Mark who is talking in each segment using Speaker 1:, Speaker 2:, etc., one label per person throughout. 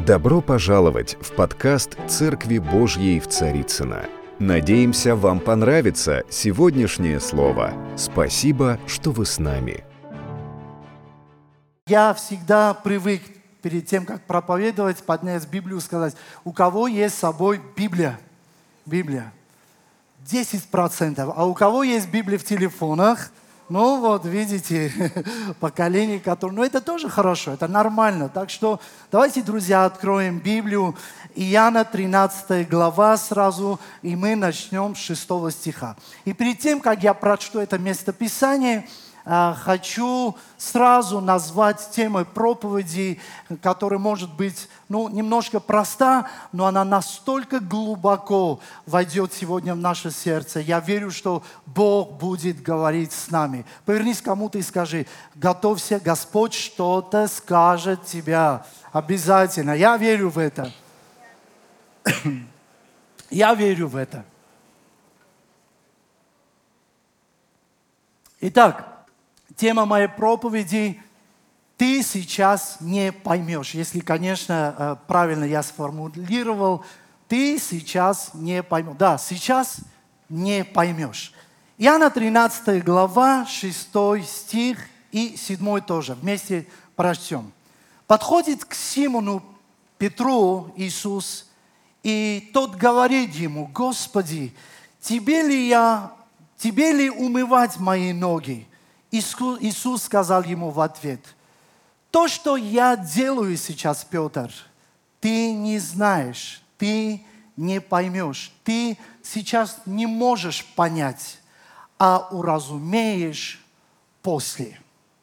Speaker 1: Добро пожаловать в подкаст Церкви Божьей в Царицыно. Надеемся, вам понравится сегодняшнее слово. Спасибо, что вы с нами.
Speaker 2: Я всегда привык перед тем, как проповедовать, поднять Библию, сказать, у кого есть с собой Библия? Библия. 10%. А у кого есть Библия в телефонах? Ну вот, видите, поколение, которое... Ну это тоже хорошо, это нормально. Так что давайте, друзья, откроем Библию. Иоанна 13 глава сразу, и мы начнем с 6 стиха. И перед тем, как я прочту это местописание, хочу сразу назвать темой проповеди, которая может быть немножко проста, но она настолько глубоко войдет сегодня в наше сердце. Я верю, что Бог будет говорить с нами. Повернись к кому-то и скажи: готовься, Господь что-то скажет тебе. Обязательно. Я верю в это. Я верю в это. Итак, тема моей проповеди «Ты сейчас не поймешь». Если, конечно, правильно я сформулировал, «Ты сейчас не поймешь». Да, сейчас не поймешь. Иоанна 13 глава, 6 стих и 7 тоже. Вместе прочтем. Подходит к Симону Петру Иисус, и тот говорит ему: «Господи, тебе ли умывать мои ноги?» Иисус сказал ему в ответ: «То, что я делаю сейчас, Петр, ты не знаешь, ты не поймешь, ты сейчас не можешь понять, а уразумеешь после».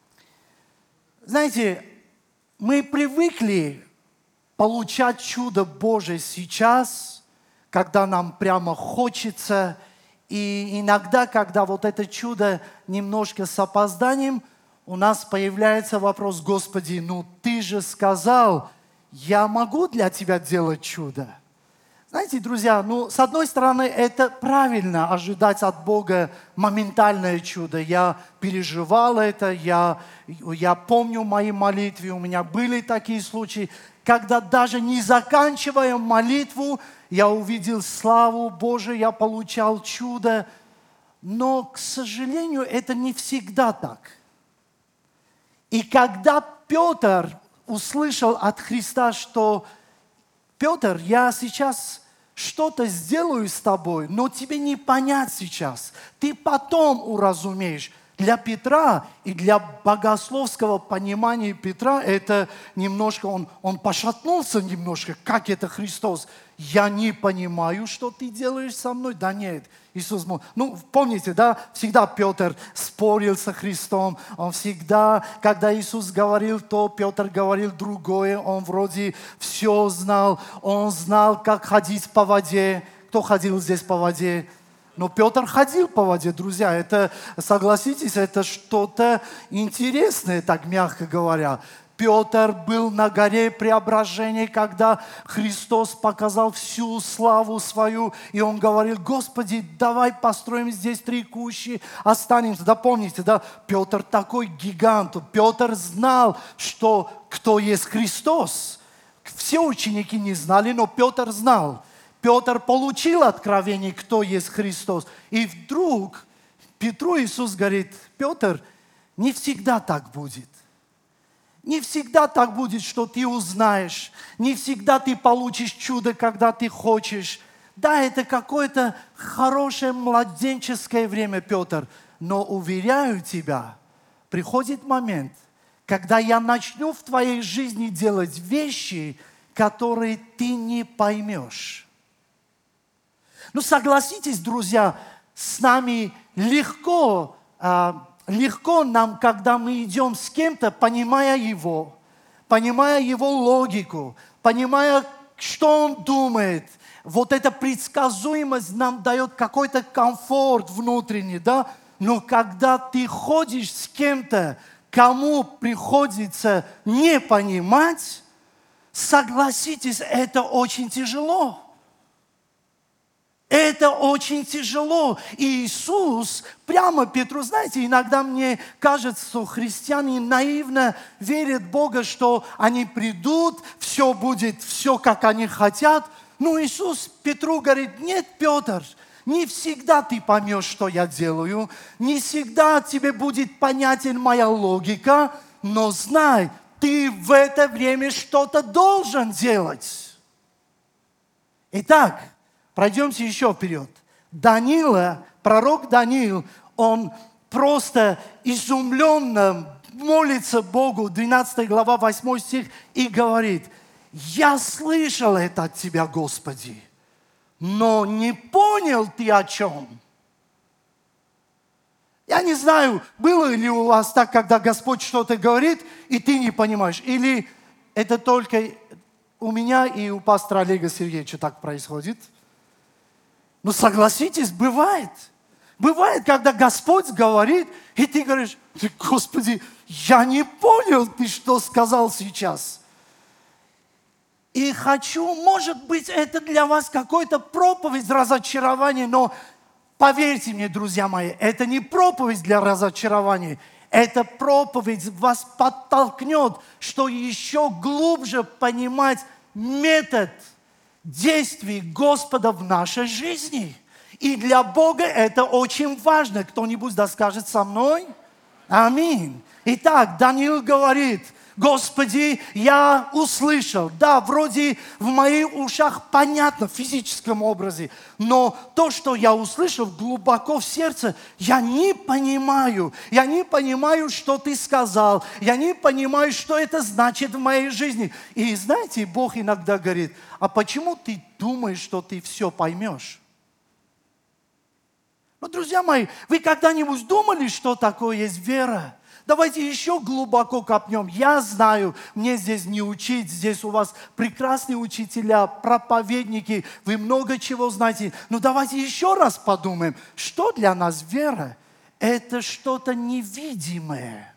Speaker 2: Знаете, мы привыкли получать чудо Божие сейчас, когда нам прямо хочется. И иногда, когда вот это чудо немножко с опозданием, у нас появляется вопрос: Господи, Ты же сказал, я могу для Тебя делать чудо. Знаете, друзья, с одной стороны, это правильно ожидать от Бога моментальное чудо. Я переживал это, я помню мои молитвы, у меня были такие случаи, когда даже не заканчивая молитву, я увидел славу Божию, я получал чудо. Но, к сожалению, это не всегда так. И когда Петр услышал от Христа, что: «Петр, я сейчас что-то сделаю с тобой, но тебе не понять сейчас. Ты потом уразумеешь». Для Петра и для богословского понимания Петра это немножко, он пошатнулся немножко. Как это Христос? Я не понимаю, что ты делаешь со мной. Да нет, Иисус, помните, да, всегда Петр спорил со Христом. Он всегда, когда Иисус говорил то, Петр говорил другое. Он вроде все знал. Он знал, как ходить по воде. Кто ходил здесь по воде? Но Петр ходил по воде, друзья. Это, согласитесь, это что-то интересное, так мягко говоря. Петр был на горе Преображения, когда Христос показал всю славу свою. И он говорил: «Господи, давай построим здесь 3 кущи, останемся». Да, помните, да? Петр такой гигант. Петр знал, кто есть Христос. Все ученики не знали, но Петр знал. Петр получил откровение, кто есть Христос. И вдруг Петру Иисус говорит: «Петр, не всегда так будет. Не всегда так будет, что ты узнаешь. Не всегда ты получишь чудо, когда ты хочешь. Да, это какое-то хорошее младенческое время, Петр. Но уверяю тебя, приходит момент, когда я начну в твоей жизни делать вещи, которые ты не поймешь». Согласитесь, друзья, с нами легко нам, когда мы идем с кем-то, понимая его логику, понимая, что он думает. Вот эта предсказуемость нам дает какой-то комфорт внутренний, да? Но когда ты ходишь с кем-то, кому приходится не понимать, согласитесь, это очень тяжело. Это очень тяжело. И Иисус прямо Петру, знаете, иногда мне кажется, что христиане наивно верят в Бога, что они придут, все будет, все, как они хотят. Но Иисус Петру говорит: нет, Петр, не всегда ты поймешь, что я делаю, не всегда тебе будет понятен моя логика, но знай, ты в это время что-то должен делать. Итак, пройдемте еще вперед. Даниила, пророк Даниил, он просто изумленно молится Богу, 12 глава, 8 стих, и говорит: «Я слышал это от Тебя, Господи, но не понял Ты о чем». Я не знаю, было ли у вас так, когда Господь что-то говорит, и ты не понимаешь, или это только у меня и у пастора Олега Сергеевича так происходит. Но согласитесь, бывает. Бывает, когда Господь говорит, и ты говоришь: Господи, я не понял, Ты что сказал сейчас. И хочу, может быть, это для вас какой-то проповедь разочарования, но поверьте мне, друзья мои, это не проповедь для разочарования. Эта проповедь вас подтолкнет, что еще глубже понимать метод действий Господа в нашей жизни. И для Бога это очень важно. Кто-нибудь да скажет со мной? Аминь. Итак, Даниил говорит: Господи, я услышал. Да, вроде в моих ушах понятно в физическом образе, но то, что я услышал глубоко в сердце, я не понимаю. Я не понимаю, что Ты сказал. Я не понимаю, что это значит в моей жизни. И знаете, Бог иногда говорит: а почему ты думаешь, что ты все поймешь? Ну, друзья мои, вы когда-нибудь думали, что такое есть вера? Давайте еще глубоко копнем. Я знаю, мне здесь не учить, здесь у вас прекрасные учителя, проповедники, вы много чего знаете. Но давайте еще раз подумаем, что для нас вера? Это что-то невидимое.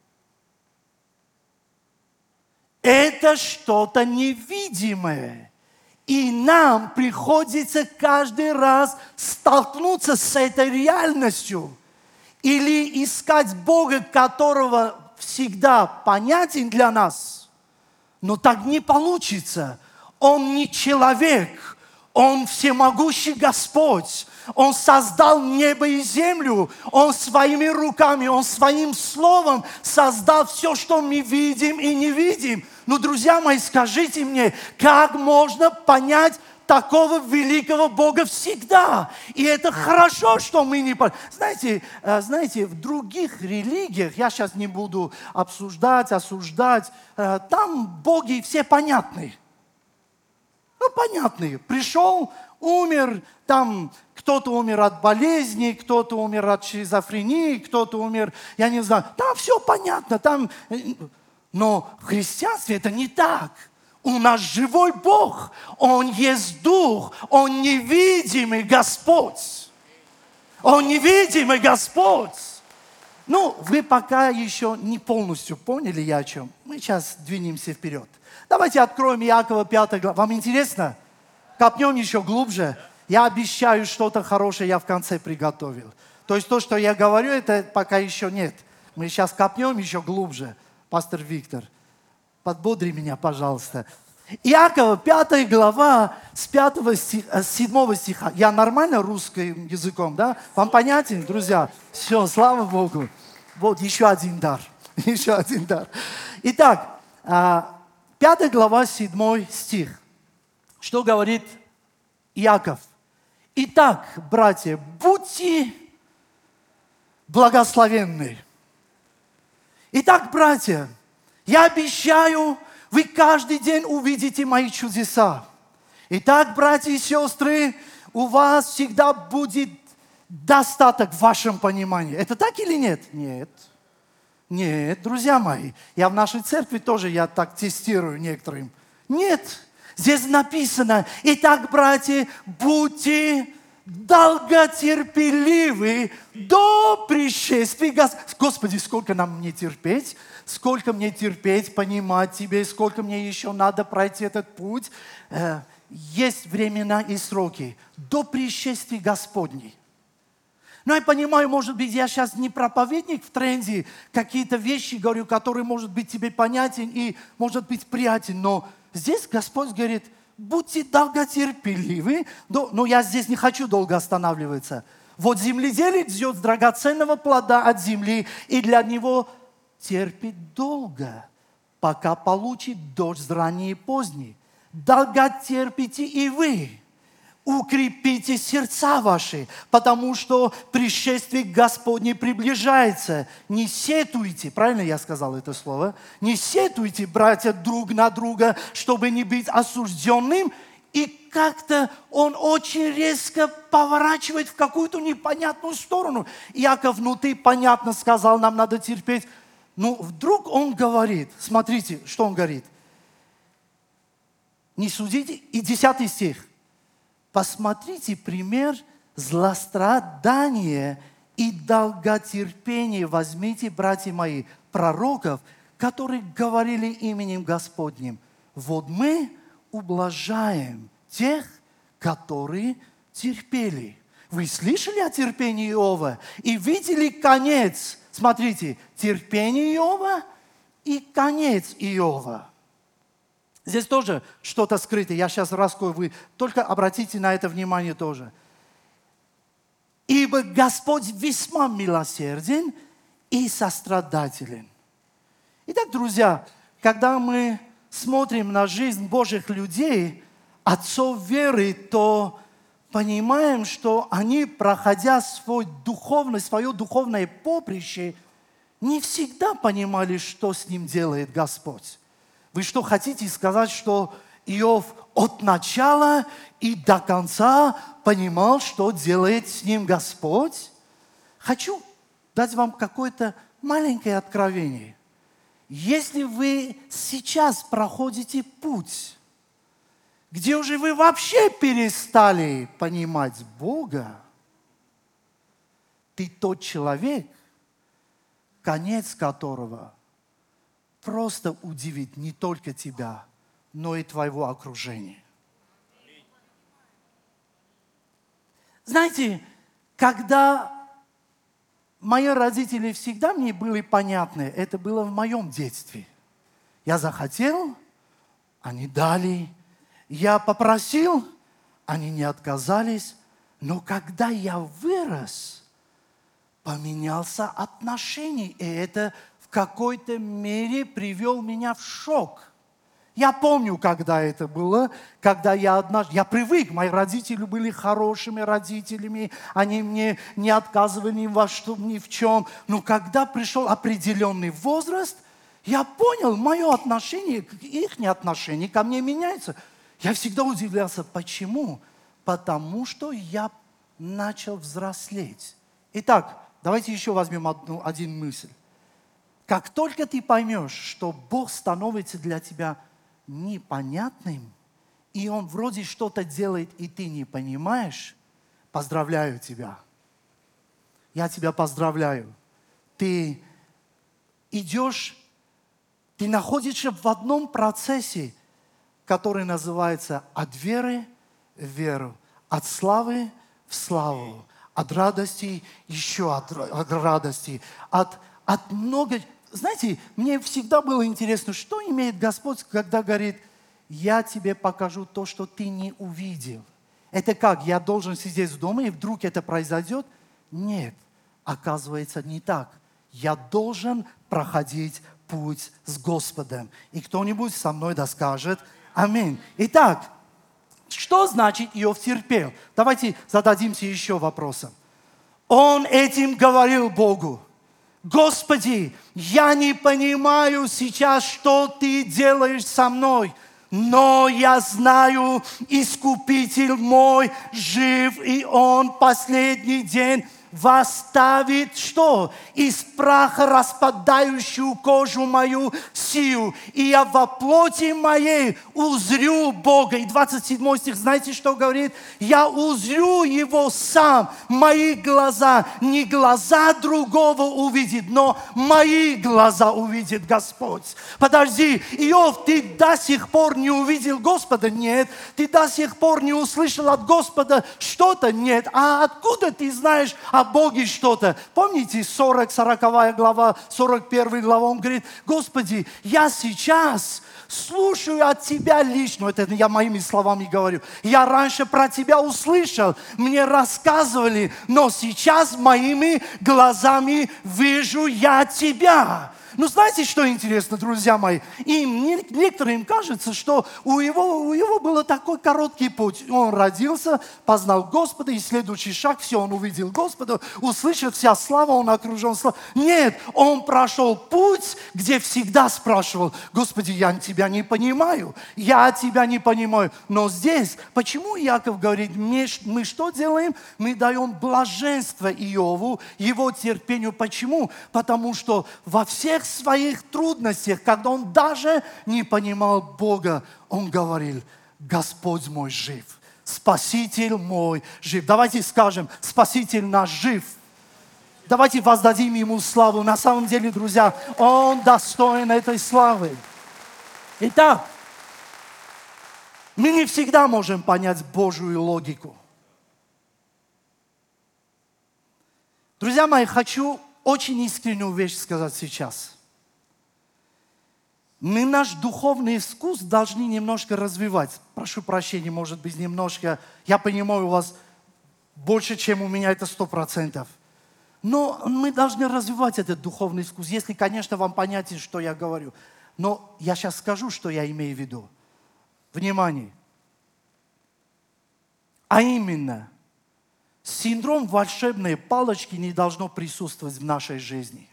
Speaker 2: Это что-то невидимое. И нам приходится каждый раз столкнуться с этой реальностью. Или искать Бога, которого всегда понятен для нас. Но так не получится. Он не человек. Он всемогущий Господь. Он создал небо и землю. Он своими руками, Он своим словом создал все, что мы видим и не видим. Но, друзья мои, скажите мне, как можно понять такого великого Бога всегда? И это хорошо, что мы не понимаем. Знаете, в других религиях, я сейчас не буду обсуждать, осуждать, там боги все понятны. Ну, понятные. Пришел, умер, там кто-то умер от болезни, кто-то умер от шизофрении, кто-то умер, я не знаю. Там все понятно. Там... Но в христианстве это не так. У нас живой Бог. Он есть Дух. Он невидимый Господь. Он невидимый Господь. Ну, вы пока еще не полностью поняли, я о чем. Мы сейчас двинемся вперед. Давайте откроем Иакова 5 главу. Вам интересно? Копнем еще глубже. Я обещаю, что-то хорошее я в конце приготовил. То есть то, что я говорю, это пока еще нет. Мы сейчас копнем еще глубже. Пастор Виктор, подбодри меня, пожалуйста. Иакова, 5 глава, с 7 стиха. Я нормально русским языком, да? Вам понятен, друзья? Все, слава Богу. Вот еще один дар. Еще один дар. Итак, 5 глава, 7 стих. Что говорит Иаков? Итак, братья, будьте благословенны. Итак, братья, я обещаю, вы каждый день увидите мои чудеса. Итак, братья и сестры, у вас всегда будет достаток в вашем понимании. Это так или нет? Нет. Нет, друзья мои. Я в нашей церкви тоже, я так тестирую некоторым. Нет. Здесь написано: итак, братья, будьте долготерпеливы до пришествия Господа. Господи, сколько нам мне терпеть? Сколько мне терпеть, понимать Тебя, сколько мне еще надо пройти этот путь? есть времена и сроки до пришествия Господней. Но я понимаю, может быть, я сейчас не проповедник в тренде, какие-то вещи говорю, которые, может быть, тебе понятен и, может быть, приятен. Но здесь Господь говорит, будьте долготерпеливы. Но я здесь не хочу долго останавливаться. Вот земледелец ждет драгоценного плода от земли, и для него терпит долго, пока получит дождь ранний и поздний. Долготерпите и вы. Укрепите сердца ваши, потому что пришествие Господне приближается. Не сетуйте, правильно я сказал это слово? Не сетуйте, братья, друг на друга, чтобы не быть осужденным. И как-то он очень резко поворачивает в какую-то непонятную сторону. Иаков внутри понятно сказал, нам надо терпеть. Но вдруг он говорит, смотрите, что он говорит. Не судите, и 10 стих. Посмотрите пример злострадания и долготерпения. Возьмите, братья мои, пророков, которые говорили именем Господним. Вот мы ублажаем тех, которые терпели. Вы слышали о терпении Иова и видели конец? Смотрите, терпение Иова и конец Иова. Здесь тоже что-то скрыто. Я сейчас раскрою, вы только обратите на это внимание тоже. Ибо Господь весьма милосерден и сострадателен. Итак, друзья, когда мы смотрим на жизнь Божьих людей, отцов веры, то понимаем, что они, проходя свое духовное поприще, не всегда понимали, что с ним делает Господь. Вы что, хотите сказать, что Иов от начала и до конца понимал, что делает с ним Господь? Хочу дать вам какое-то маленькое откровение. Если вы сейчас проходите путь, где уже вы вообще перестали понимать Бога, ты тот человек, конец которого просто удивит не только тебя, но и твоего окружения. Знаете, когда мои родители всегда мне были понятны, это было в моем детстве. Я захотел, они дали. Я попросил, они не отказались. Но когда я вырос, поменялся отношение. И это в какой-то мере привел меня в шок. Я помню, когда это было, когда я привык, мои родители были хорошими родителями, они мне не отказывали ни в чем. Но когда пришел определенный возраст, я понял, мое отношение, их отношение ко мне меняется. Я всегда удивлялся, почему? Потому что я начал взрослеть. Итак, давайте еще возьмем один мысль. Как только ты поймешь, что Бог становится для тебя непонятным, и Он вроде что-то делает, и ты не понимаешь, поздравляю тебя. Я тебя поздравляю. Ты идешь, ты находишься в одном процессе, который называется от веры в веру, от славы в славу, от радости еще от радости, от много... Знаете, мне всегда было интересно, что имеет Господь, когда говорит, я тебе покажу то, что ты не увидел. Это как? Я должен сидеть дома, и вдруг это произойдет? Нет, оказывается, не так. Я должен проходить путь с Господом. И кто-нибудь со мной скажет аминь. Итак, что значит Иов терпел? Давайте зададимся еще вопросом. Он этим говорил Богу. Господи, я не понимаю сейчас, что Ты делаешь со мной, но я знаю, Искупитель мой жив, и Он последний день восставит что? Из праха распадающую кожу мою сию, и я во плоти моей узрю Бога. И 27 стих, знаете, что говорит? Я узрю Его сам, мои глаза, не глаза другого увидит, но мои глаза увидит Господь. Подожди, Иов, ты до сих пор не увидел Господа? Нет. Ты до сих пор не услышал от Господа что-то? Нет. А откуда ты знаешь о Боге что-то? Помните 40 глава, 41 глава, он говорит: Господи, я сейчас слушаю от Тебя лично. Это я моими словами говорю. Я раньше про Тебя услышал, мне рассказывали, но сейчас моими глазами вижу я Тебя. Ну, знаете, что интересно, друзья мои? Некоторым кажется, что у его был такой короткий путь. Он родился, познал Господа, и следующий шаг, все, он увидел Господа, услышал вся слава, он окружен славой. Нет, он прошел путь, где всегда спрашивал: Господи, я Тебя не понимаю, я Тебя не понимаю. Но здесь, почему Иаков говорит, мы что делаем? Мы даем блаженство Иову, его терпению. Почему? Потому что во всех своих трудностях, когда он даже не понимал Бога, он говорил: Господь мой жив, Спаситель мой жив. Давайте скажем: Спаситель наш жив. Давайте воздадим Ему славу. На самом деле, друзья, Он достоин этой славы. Итак, мы не всегда можем понять Божью логику. Друзья мои, хочу очень искреннюю вещь сказать сейчас. Мы наш духовный вкус должны немножко развивать. Прошу прощения, может быть, немножко. Я понимаю, у вас больше, чем у меня, это 100%. Но мы должны развивать этот духовный вкус, если, конечно, вам понятно, что я говорю. Но я сейчас скажу, что я имею в виду. Внимание. А именно, синдром волшебной палочки не должно присутствовать в нашей жизни.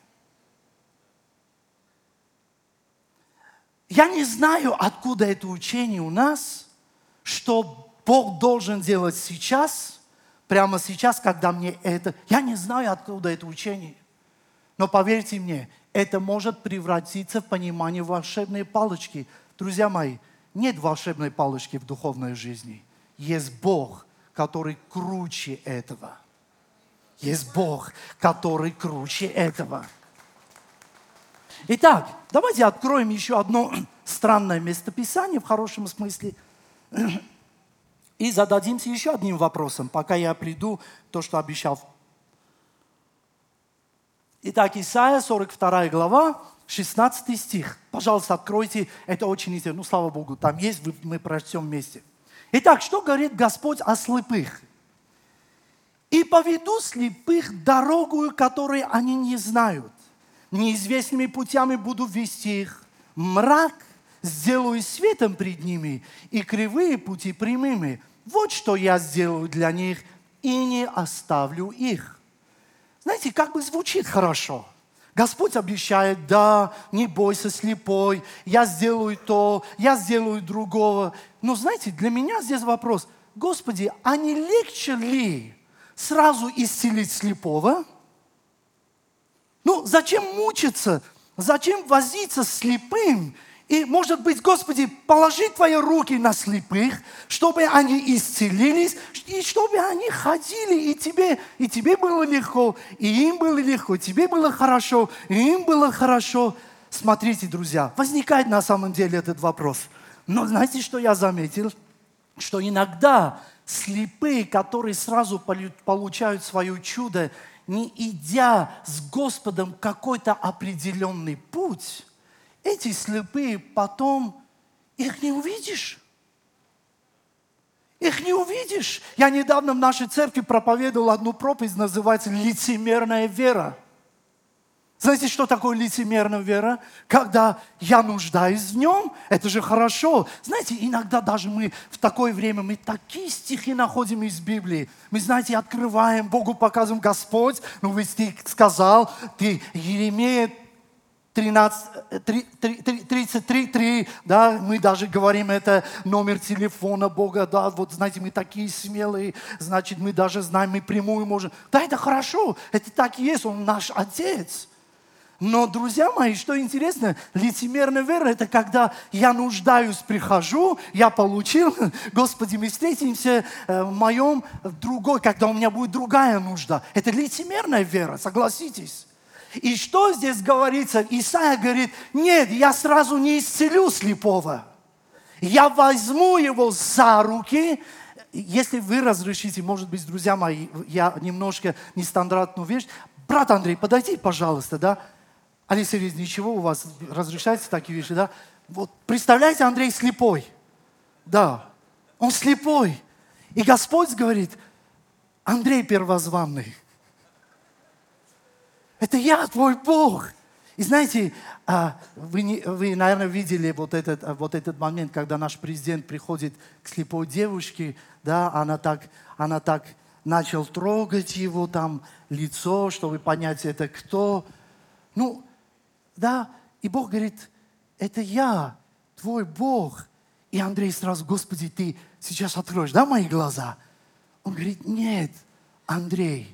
Speaker 2: Я не знаю, откуда это учение у нас, что Бог должен делать сейчас, прямо сейчас, когда мне это... Я не знаю, откуда это учение. Но поверьте мне, это может превратиться в понимание волшебной палочки. Друзья мои, нет волшебной палочки в духовной жизни. Есть Бог, который круче этого. Есть Бог, который круче этого. Итак, давайте откроем еще одно странное местописание в хорошем смысле и зададимся еще одним вопросом, пока я приду то, что обещал. Итак, Исайя, 42 глава, 16 стих. Пожалуйста, откройте, это очень интересно. Ну, слава Богу, там есть, мы прочтем вместе. Итак, что говорит Господь о слепых? «И поведу слепых дорогою, которой они не знают. Неизвестными путями буду вести их. Мрак сделаю светом пред ними, и кривые пути прямыми. Вот что я сделаю для них, и не оставлю их». Знаете, как бы звучит хорошо. Господь обещает: да, не бойся, слепой, я сделаю то, я сделаю другого. Но знаете, для меня здесь вопрос: Господи, а не легче ли сразу исцелить слепого? Ну, зачем мучиться? Зачем возиться с слепым? И, может быть, Господи, положи Твои руки на слепых, чтобы они исцелились, и чтобы они ходили, и тебе было легко, и им было легко, и тебе было хорошо, и им было хорошо. Смотрите, друзья, возникает на самом деле этот вопрос. Но знаете, что я заметил? Что иногда слепые, которые сразу получают свое чудо, не идя с Господом какой-то определенный путь, эти слепые потом, их не увидишь. Их не увидишь. Я недавно в нашей церкви проповедовал одну проповедь, называется «Лицемерная вера». Знаете, что такое лицемерная вера? Когда я нуждаюсь в нем, это же хорошо. Знаете, иногда даже мы в такое время, мы такие стихи находим из Библии. Мы, знаете, открываем, Богу показываем: Господь, ну ведь Ты сказал, Ты Еремея 33, да, мы даже говорим, это номер телефона Бога, да, вот знаете, мы такие смелые, значит, мы даже знаем, мы прямую можем. Да, это хорошо, это так и есть, Он наш Отец. Но, друзья мои, что интересно, лицемерная вера – это когда я нуждаюсь, прихожу, я получил, Господи, мы встретимся в моем другой, когда у меня будет другая нужда. Это лицемерная вера, согласитесь. И что здесь говорится? Исайя говорит, нет, я сразу не исцелю слепого. Я возьму его за руки. Если вы разрешите, может быть, друзья мои, я немножко нестандартную вещь. Брат Андрей, подойди, пожалуйста, да? Алиса, ничего у вас разрешается такие вещи, да? Вот представляете, Андрей слепой. Да, он слепой. И Господь говорит, Андрей первозванный, это я, твой Бог. И знаете, вы, наверное, видели вот этот момент, когда наш президент приходит к слепой девушке, да, она так начал трогать его там лицо, чтобы понять, это кто. Ну, да, и Бог говорит, это я, твой Бог. И Андрей сразу, Господи, ты сейчас откроешь, да, мои глаза? Он говорит, нет, Андрей.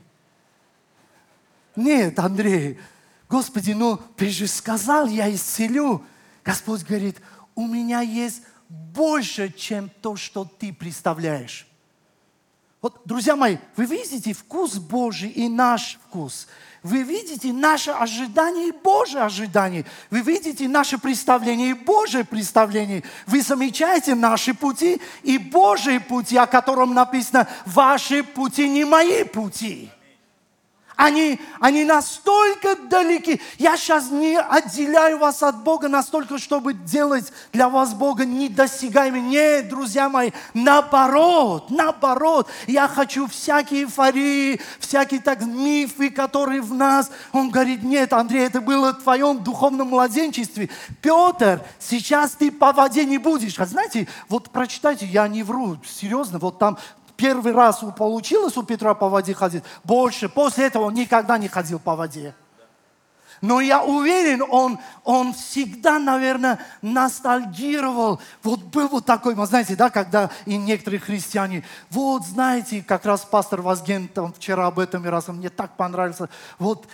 Speaker 2: Нет, Андрей. Господи, ну ты же сказал, я исцелю. Господь говорит, у меня есть больше, чем то, что ты представляешь. Вот, друзья мои, вы видите вкус Божий и наш вкус. Вы видите наше ожидание и Божье ожидание. Вы видите наше представление и Божье представление. Вы замечаете наши пути и Божьи пути, о котором написано, ваши пути не мои пути. Они настолько далеки. Я сейчас не отделяю вас от Бога настолько, чтобы делать для вас Бога недосягаемым. Нет, друзья мои, наоборот. Я хочу всякие эйфории, всякие так мифы, которые в нас. Он говорит, нет, Андрей, это было в твоем духовном младенчестве. Петр, сейчас ты по воде не будешь. А знаете, вот прочитайте, я не вру, серьезно, вот там... Первый раз получилось у Петра по воде ходить, больше. После этого он никогда не ходил по воде. Но я уверен, он всегда, наверное, ностальгировал. Вот был вот такой, вы знаете, да, когда и некоторые христиане, вот знаете, как раз пастор Вазген там вчера об этом и раз, мне так понравился. Вот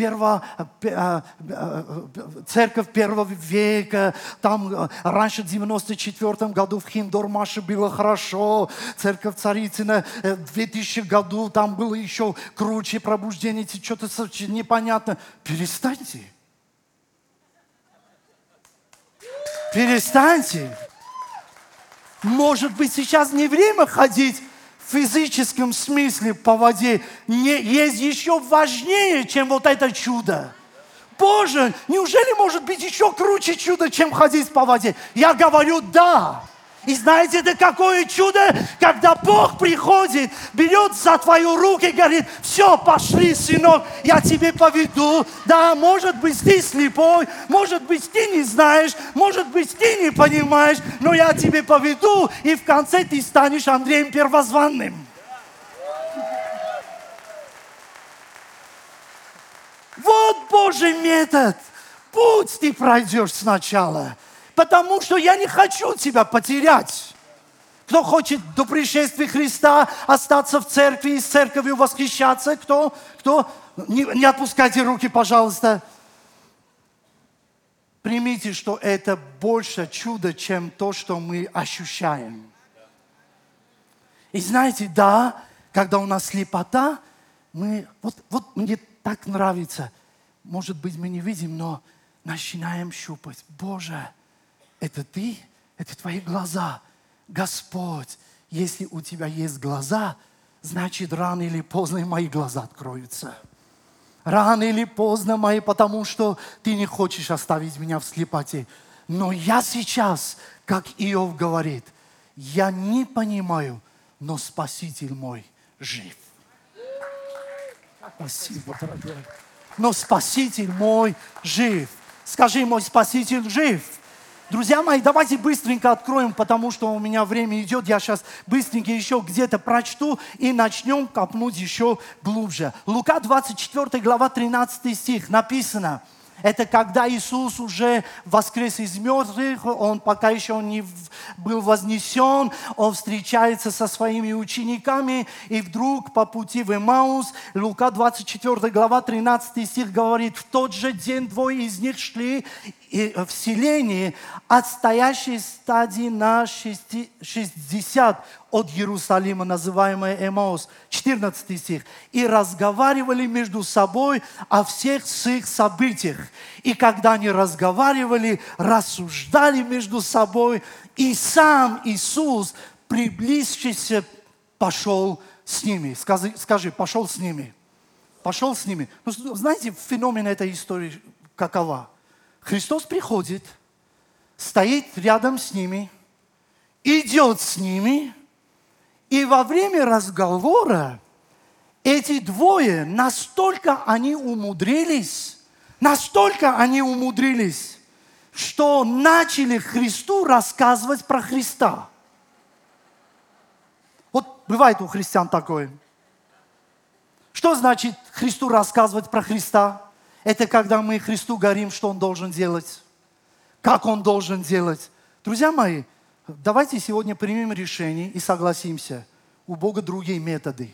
Speaker 2: церковь первого века, там раньше в 94 году в Хиндормаше было хорошо, церковь Царицына в 2000 году, там было еще круче пробуждение, что-то непонятно. Перестаньте. Может быть, сейчас не время ходить в физическом смысле по воде. Есть еще важнее, чем вот это чудо. Боже, неужели может быть еще круче чудо, чем ходить по воде? Я говорю, да. И знаете, это какое чудо, когда Бог приходит, берет за твою руку и говорит, все, пошли, сынок, я тебе поведу. Да, может быть, ты слепой, может быть, ты не знаешь, может быть, ты не понимаешь, но я тебе поведу, и в конце ты станешь Андреем Первозванным. Вот Божий метод. Путь ты пройдешь сначала. Потому что я не хочу тебя потерять. Кто хочет до пришествия Христа остаться в церкви и с церковью восхищаться? Кто? Не отпускайте руки, пожалуйста. Примите, что это больше чудо, чем то, что мы ощущаем. И знаете, да, когда у нас слепота, вот мне так нравится. Может быть, мы не видим, но начинаем щупать. Боже, это ты, это твои глаза. Господь, если у тебя есть глаза, значит, рано или поздно и мои глаза откроются. Рано или поздно мои, потому что ты не хочешь оставить меня в слепоте. Но я сейчас, как Иов говорит, я не понимаю, но Спаситель мой жив. Спасибо, дорогой. Но Спаситель мой жив. Скажи, мой Спаситель жив. Друзья мои, давайте быстренько откроем, потому что у меня время идет. Я сейчас быстренько еще где-то прочту и начнем копнуть еще глубже. Лука 24 глава 13 стих написано. Это когда Иисус уже воскрес из мертвых, Он пока еще не был вознесен, Он встречается со своими учениками, и вдруг по пути в Эмаус, Лука 24 глава, 13 стих говорит, в тот же день двое из них шли в селение, отстоящей стадии на 60 от Иерусалима, называемое Эмаус, 14 стих, и разговаривали между собой о всех сих событиях. И когда они разговаривали, рассуждали между собой, и сам Иисус, приблизившись, пошел с ними. Скажи, пошел с ними. Пошел с ними. Ну, знаете, феномен этой истории какова? Христос приходит, стоит рядом с ними, идет с ними, и во время разговора эти двое настолько они умудрились, что начали Христу рассказывать про Христа. Вот бывает у христиан такое. Что значит Христу рассказывать про Христа? Это когда мы Христу говорим, что Он должен делать, как Он должен делать. Друзья мои, давайте сегодня примем решение и согласимся. У Бога другие методы.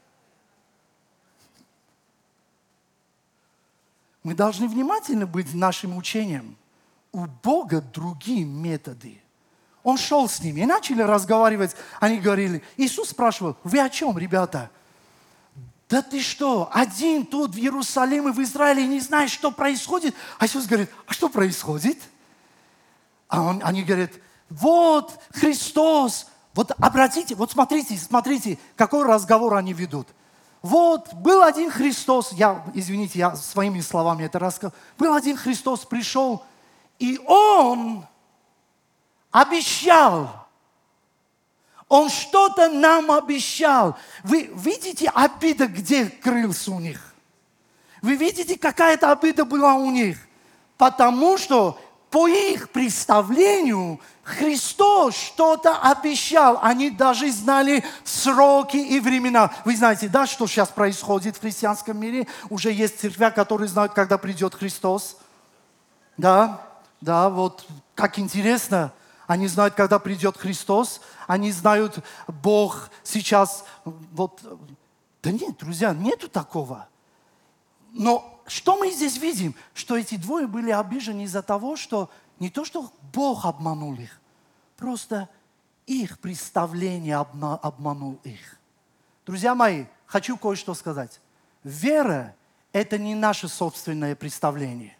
Speaker 2: Мы должны внимательны быть нашим учением. У Бога другие методы. Он шел с ними и начали разговаривать. Они говорили, Иисус спрашивал, вы о чем, ребята? Да ты что, один тут в Иерусалиме, в Израиле, не знаешь, что происходит? А Иисус говорит, а что происходит? Они говорят, вот Христос, вот обратите, вот смотрите, какой разговор они ведут. Вот был один Христос, я своими словами это рассказал, был один Христос, пришел, и Он обещал, Он что-то нам обещал. Вы видите обида, где крылся у них? Вы видите, какая-то обида была у них? Потому что по их представлению Христос что-то обещал. Они даже знали сроки и времена. Вы знаете, да, что сейчас происходит в христианском мире? Уже есть церкви, которые знают, когда придет Христос. Да, вот как интересно. Они знают, когда придет Христос. Они знают, Бог сейчас... Вот. Да нет, друзья, нету такого. Но что мы здесь видим? Что эти двое были обижены из-за того, что не то, что Бог обманул их, просто их представление обманул их. Друзья мои, хочу кое-что сказать. Вера – это не наше собственное представление.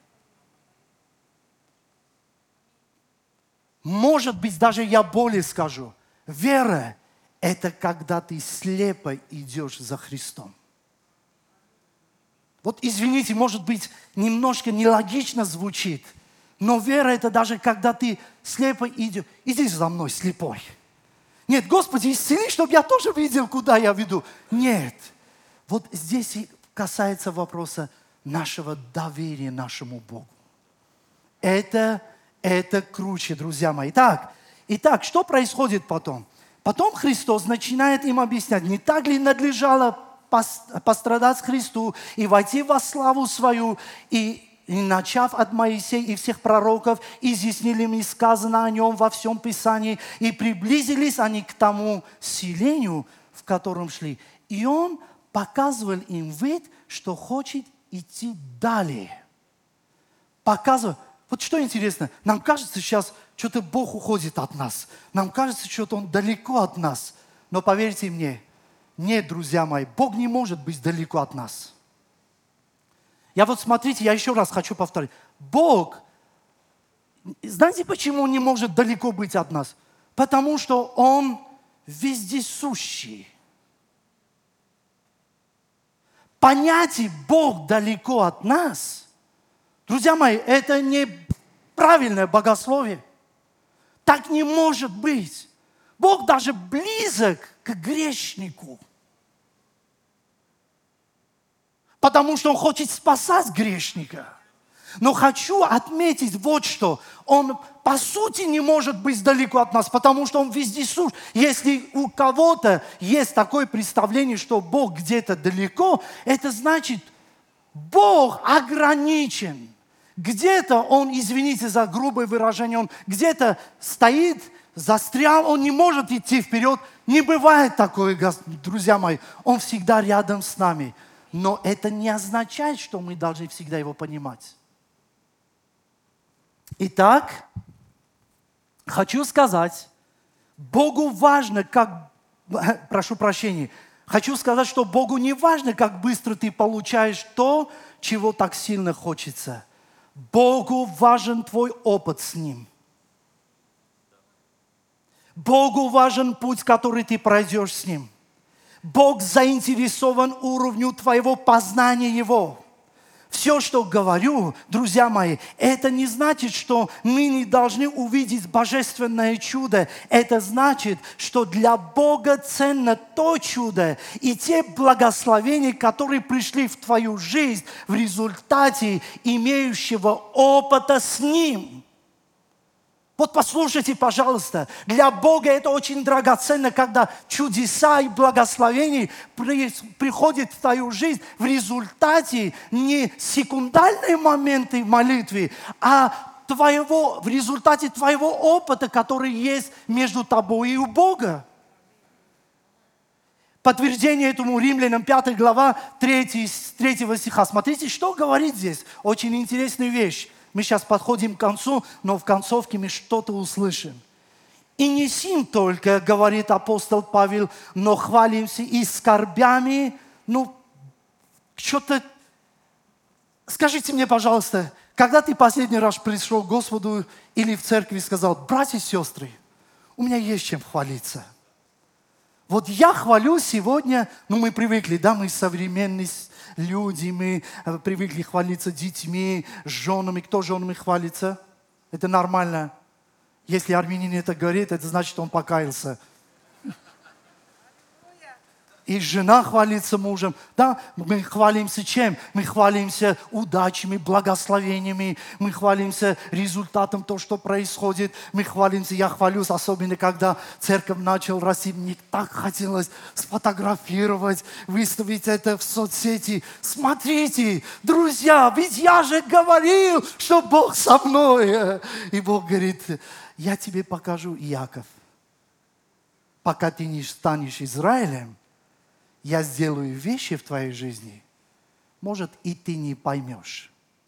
Speaker 2: Может быть, даже я более скажу. Вера – это когда ты слепо идешь за Христом. Вот извините, может быть, немножко нелогично звучит, но вера – это даже когда ты слепо идешь. Иди за мной, слепой. Нет, Господи, исцели, чтобы я тоже видел, куда я веду. Нет. Вот здесь и касается вопроса нашего доверия нашему Богу. Это круче, друзья мои. Итак, что происходит потом? Потом Христос начинает им объяснять, не так ли надлежало пострадать Христу и войти во славу свою, и начав от Моисея и всех пророков, изъяснили им сказано о нем во всем Писании, и приблизились они к тому селению, в котором шли. И он показывал им вид, что хочет идти далее. Показывал. Вот что интересно, нам кажется сейчас, что-то Бог уходит от нас. Нам кажется, что-то Он далеко от нас. Но поверьте мне, нет, друзья мои, Бог не может быть далеко от нас. Смотрите, я еще раз хочу повторить. Бог, знаете, почему Он не может далеко быть от нас? Потому что Он вездесущий. Понятие «Бог далеко от нас», друзья мои, это неправильное богословие. Так не может быть. Бог даже близок к грешнику. Потому что Он хочет спасать грешника. Но хочу отметить вот что. Он по сути не может быть далеко от нас, потому что Он вездесущ. Если у кого-то есть такое представление, что Бог где-то далеко, это значит, Бог ограничен. Где-то он, извините за грубое выражение, он где-то стоит, застрял, он не может идти вперед. Не бывает такое, друзья мои. Он всегда рядом с нами. Но это не означает, что мы должны всегда его понимать. Итак, хочу сказать, Богу важно, прошу прощения, хочу сказать, что Богу не важно, как быстро ты получаешь то, чего так сильно хочется. Богу важен твой опыт с Ним. Богу важен путь, который ты пройдешь с Ним. Бог заинтересован уровню твоего познания Его. Все, что говорю, друзья мои, это не значит, что мы не должны увидеть божественное чудо. Это значит, что для Бога ценно то чудо и те благословения, которые пришли в твою жизнь в результате имеющего опыта с Ним. Вот послушайте, пожалуйста, для Бога это очень драгоценно, когда чудеса и благословения приходят в твою жизнь в результате не секундальные моменты молитвы, а в результате твоего опыта, который есть между тобой и у Бога. Подтверждение этому Римлянам 5 глава 3 стиха. Смотрите, что говорит здесь. Очень интересная вещь. Мы сейчас подходим к концу, но в концовке мы что-то услышим. «И не сим только, говорит апостол Павел, но хвалимся и скорбями». Что-то... Скажите мне, пожалуйста, когда ты последний раз пришел к Господу или в церкви и сказал: братья и сестры, у меня есть чем хвалиться. Вот я хвалю сегодня, мы привыкли, да, мы современные люди, мы привыкли хвалиться детьми, женами. Кто женами хвалится? Это нормально. Если армянин это говорит, это значит, что он покаялся. И жена хвалится мужем. Да, мы хвалимся чем? Мы хвалимся удачами, благословениями. Мы хвалимся результатом того, что происходит. Мы хвалимся, я хвалюсь, особенно когда церковь начала расти. Мне так хотелось сфотографировать, выставить это в соцсети. Смотрите, друзья, ведь я же говорил, что Бог со мной. И Бог говорит: я тебе покажу, Иаков. Пока ты не станешь Израилем, я сделаю вещи в твоей жизни, может, и ты не поймешь.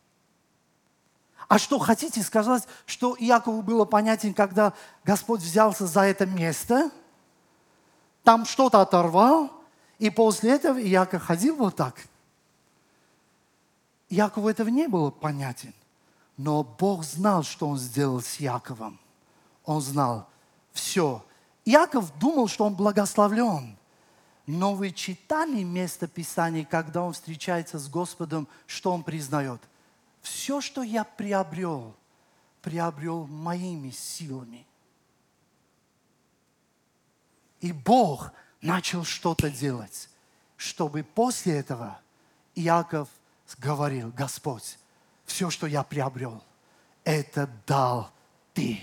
Speaker 2: А что, хотите сказать, что Иакову было понятен, когда Господь взялся за это место, там что-то оторвал, и после этого Иаков ходил вот так? Иакову этого не было понятен. Но Бог знал, что Он сделал с Иаковом. Он знал все. Иаков думал, что он благословлен. Но вы читали место Писания, когда он встречается с Господом, что он признает? Все, что я приобрел моими силами. И Бог начал что-то делать, чтобы после этого Иаков говорил: Господь, все, что я приобрел, это дал Ты.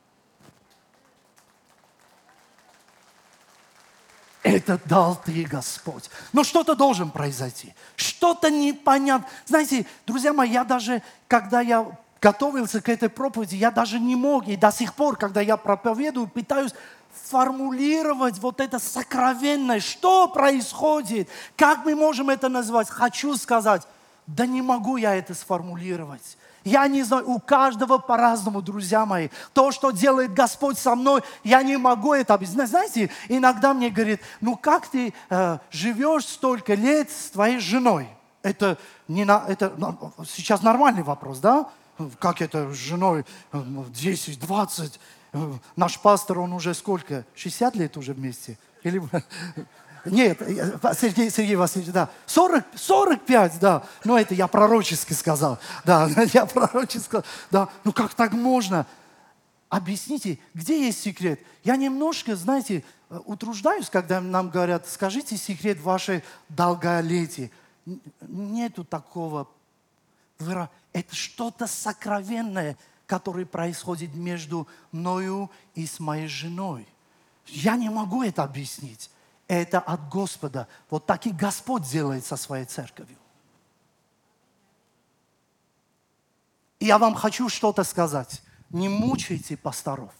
Speaker 2: Это дал Ты, Господь. Но что-то должен произойти. Что-то непонятно. Знаете, друзья мои, когда я готовился к этой проповеди, я даже не мог, и до сих пор, когда я проповедую, пытаюсь формулировать вот это сокровенное. Что происходит? Как мы можем это назвать? Хочу сказать, да не могу я это сформулировать. Я не знаю, у каждого по-разному, друзья мои. То, что делает Господь со мной, я не могу это объяснить. Знаете, иногда мне говорят: как ты живешь столько лет с твоей женой? Это сейчас нормальный вопрос, да? Как это с женой 10, 20? Наш пастор, он уже сколько? 60 лет уже вместе? Или... Нет, Сергей Васильевич, да. 45, да. Это я пророчески сказал. Да, я пророчески сказал. Да, как так можно? Объясните, где есть секрет? Я немножко, знаете, утруждаюсь, когда нам говорят: скажите секрет вашей долголетия. Нету такого. Это что-то сокровенное, которое происходит между мною и с моей женой. Я не могу это объяснить. Это от Господа. Вот так и Господь делает со своей церковью. И я вам хочу что-то сказать. Не мучайте пасторов.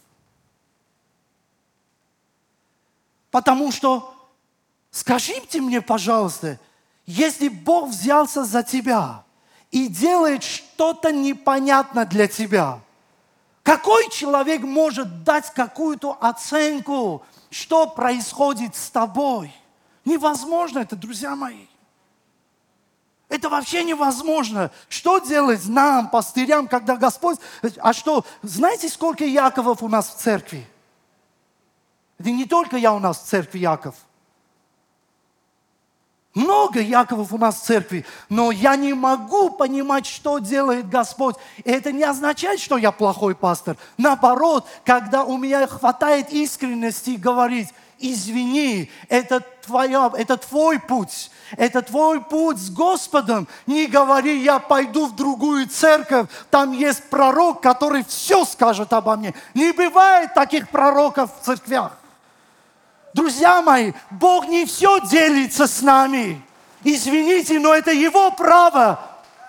Speaker 2: Потому что, скажите мне, пожалуйста, если Бог взялся за тебя и делает что-то непонятное для тебя, какой человек может дать какую-то оценку, что происходит с тобой? Невозможно это, друзья мои. Это вообще невозможно. Что делать нам, пастырям, когда Господь... А что, знаете, сколько Яковов у нас в церкви? Это не только я у нас в церкви Яков. Много Яковов у нас в церкви, но я не могу понимать, что делает Господь. И это не означает, что я плохой пастор. Наоборот, когда у меня хватает искренности говорить, извини, это твой путь. Это твой путь с Господом. Не говори, я пойду в другую церковь, там есть пророк, который все скажет обо мне. Не бывает таких пророков в церквях. Друзья мои, Бог не все делится с нами. Извините, но это Его право.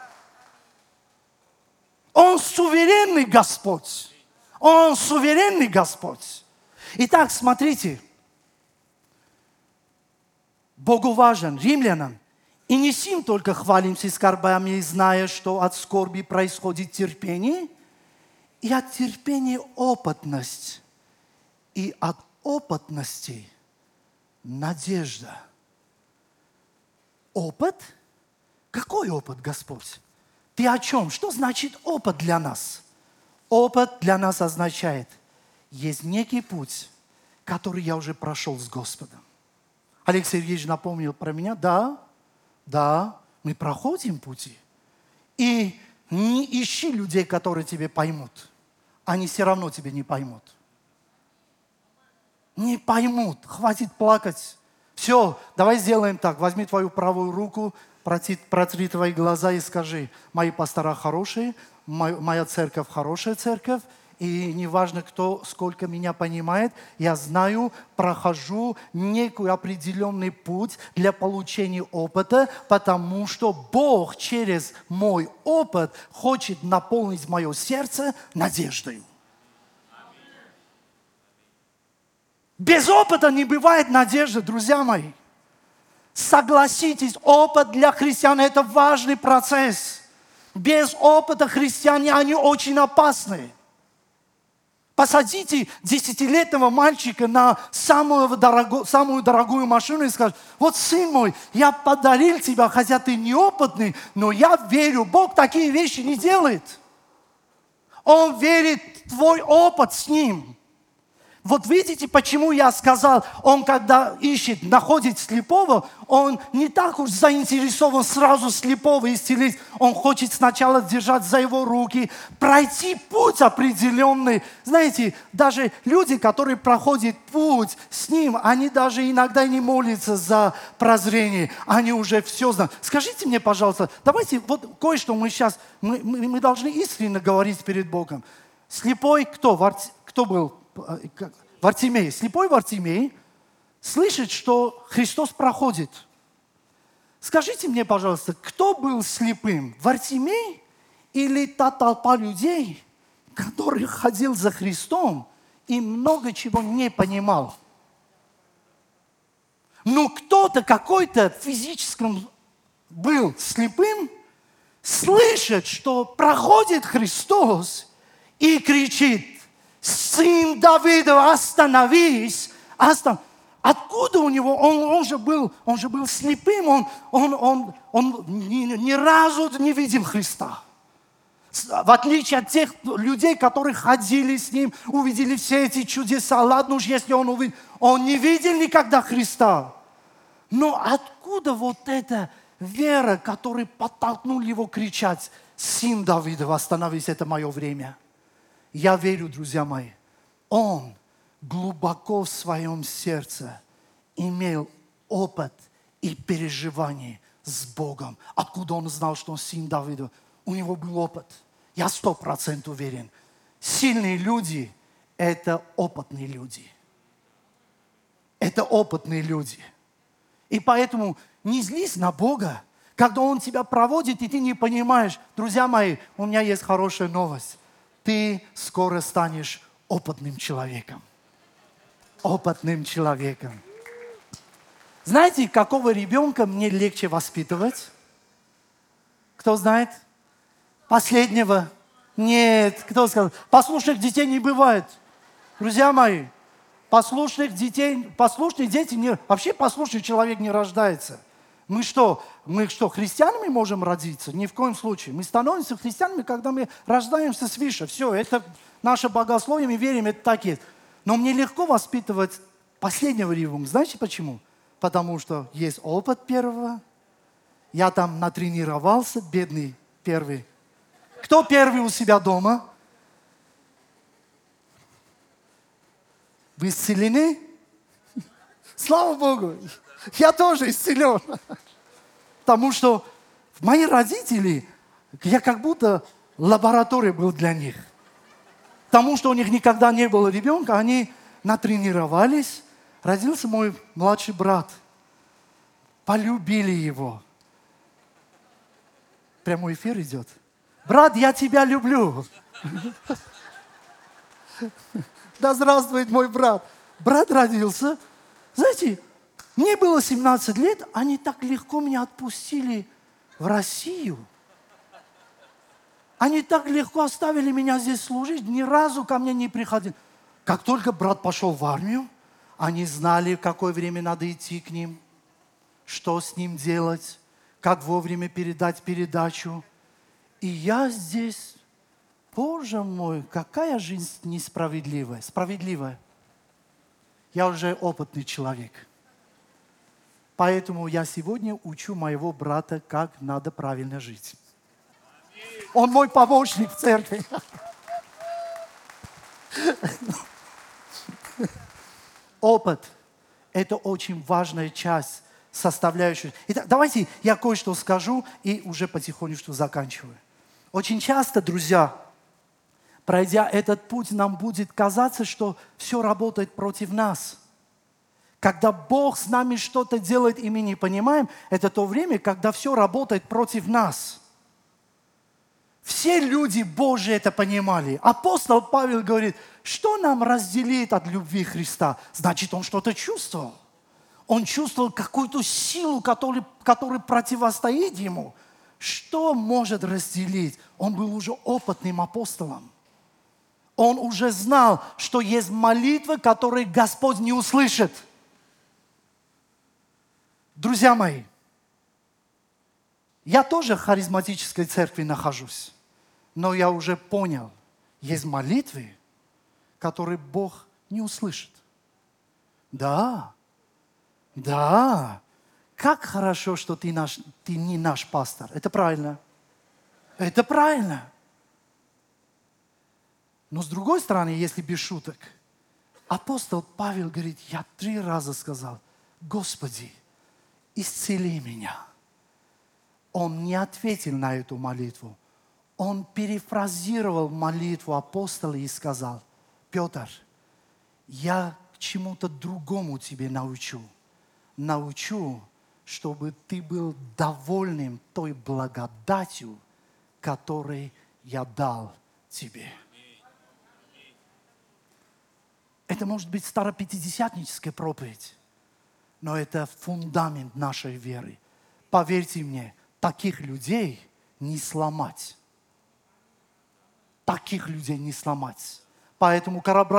Speaker 2: Он суверенный Господь. Он суверенный Господь. Итак, смотрите. Богу важен, римлянам. И не сим только хвалимся скорбами, зная, что от скорби происходит терпение, и от терпения опытность, и от опытности надежда. Опыт? Какой опыт, Господь? Ты о чем? Что значит опыт для нас? Опыт для нас означает, есть некий путь, который я уже прошел с Господом. Олег Сергеевич напомнил про меня, да, мы проходим пути. И не ищи людей, которые тебе поймут. Они все равно тебя не поймут. Не поймут, хватит плакать. Все, давай сделаем так. Возьми твою правую руку, протри твои глаза и скажи, мои пастора хорошие, моя церковь хорошая церковь, и неважно, кто сколько меня понимает, я знаю, прохожу некий определенный путь для получения опыта, потому что Бог через мой опыт хочет наполнить мое сердце надеждой. Без опыта не бывает надежды, друзья мои. Согласитесь, опыт для христиан – это важный процесс. Без опыта христиане, они очень опасны. Посадите 10-летнего мальчика на самую дорогую машину и скажете, вот, сын мой, я подарил тебя, хотя ты неопытный, но я верю, Бог такие вещи не делает. Он верит в твой опыт с ним. Вот видите, почему я сказал, он когда ищет, находит слепого, он не так уж заинтересован сразу слепого исцелить. Он хочет сначала держать за его руки, пройти путь определенный. Знаете, даже люди, которые проходят путь с ним, они даже иногда не молятся за прозрение. Они уже все знают. Скажите мне, пожалуйста, давайте вот кое-что мы сейчас, мы должны искренне говорить перед Богом. Слепой кто? Кто был? Вартимей, слепой Вартимей слышит, что Христос проходит. Скажите мне, пожалуйста, кто был слепым? Вартимей или та толпа людей, который ходил за Христом и много чего не понимал? Ну, кто-то какой-то физическом был слепым, слышит, что проходит Христос и кричит, сын Давидов, остановись! Откуда у него? Он же был слепым, он ни разу не видел Христа. В отличие от тех людей, которые ходили с ним, увидели все эти чудеса. Ладно уж, если он увидел, он не видел никогда Христа. Но откуда вот эта вера, которая подтолкнула его кричать, сын Давидов, остановись, это мое время? Я верю, друзья мои, он глубоко в своем сердце имел опыт и переживание с Богом. Откуда он знал, что он сын Давида? У него был опыт. Я 100% уверен. Сильные люди – это опытные люди. Это опытные люди. И поэтому не злись на Бога, когда Он тебя проводит, и ты не понимаешь. Друзья мои, у меня есть хорошая новость. Ты скоро станешь опытным человеком. Опытным человеком. Знаете, какого ребенка мне легче воспитывать? Кто знает? Последнего. Нет, кто сказал? Послушных детей не бывает. Друзья мои, послушных дети не... Вообще послушный человек не рождается. Мы что, христианами можем родиться? Ни в коем случае. Мы становимся христианами, когда мы рождаемся свыше. Все, это наше богословие, мы верим, это так есть. Но мне легко воспитывать последнего ребенка. Знаете почему? Потому что есть опыт первого. Я там натренировался, бедный первый. Кто первый у себя дома? Вы исцелены? Слава Богу! Я тоже исцелен. Потому что мои родители, я как будто лаборатория был для них. Потому что у них никогда не было ребенка, они натренировались. Родился мой младший брат. Полюбили его. Прямой эфир идет. Брат, я тебя люблю. Да здравствует мой брат. Брат родился. Знаете, мне было 17 лет, они так легко меня отпустили в Россию. Они так легко оставили меня здесь служить, ни разу ко мне не приходили. Как только брат пошел в армию, они знали, в какое время надо идти к ним, что с ним делать, как вовремя передать передачу. И я здесь, Боже мой, какая жизнь несправедливая, справедливая. Я уже опытный человек. Поэтому я сегодня учу моего брата, как надо правильно жить. Он мой помощник в церкви. Опыт – это очень важная часть, составляющая. Итак, давайте я кое-что скажу и уже потихонечку заканчиваю. Очень часто, друзья, пройдя этот путь, нам будет казаться, что все работает против нас. Когда Бог с нами что-то делает, и мы не понимаем, это то время, когда все работает против нас. Все люди Божьи это понимали. Апостол Павел говорит, что нам разделит от любви Христа? Значит, он что-то чувствовал. Он чувствовал какую-то силу, которая противостоит ему. Что может разделить? Он был уже опытным апостолом. Он уже знал, что есть молитвы, которые Господь не услышит. Друзья мои, я тоже в харизматической церкви нахожусь, но я уже понял, есть молитвы, которые Бог не услышит. Да, как хорошо, что ты не наш пастор. Это правильно. Это правильно. Но с другой стороны, если без шуток, апостол Павел говорит, я 3 раза сказал, Господи, исцели меня. Он не ответил на эту молитву. Он перефразировал молитву апостола и сказал, Петр, я к чему-то другому тебе научу. Научу, чтобы ты был довольным той благодатью, которой я дал тебе. Это может быть старопятидесятническая проповедь, но это фундамент нашей веры. Поверьте мне, таких людей не сломать. Таких людей не сломать. Поэтому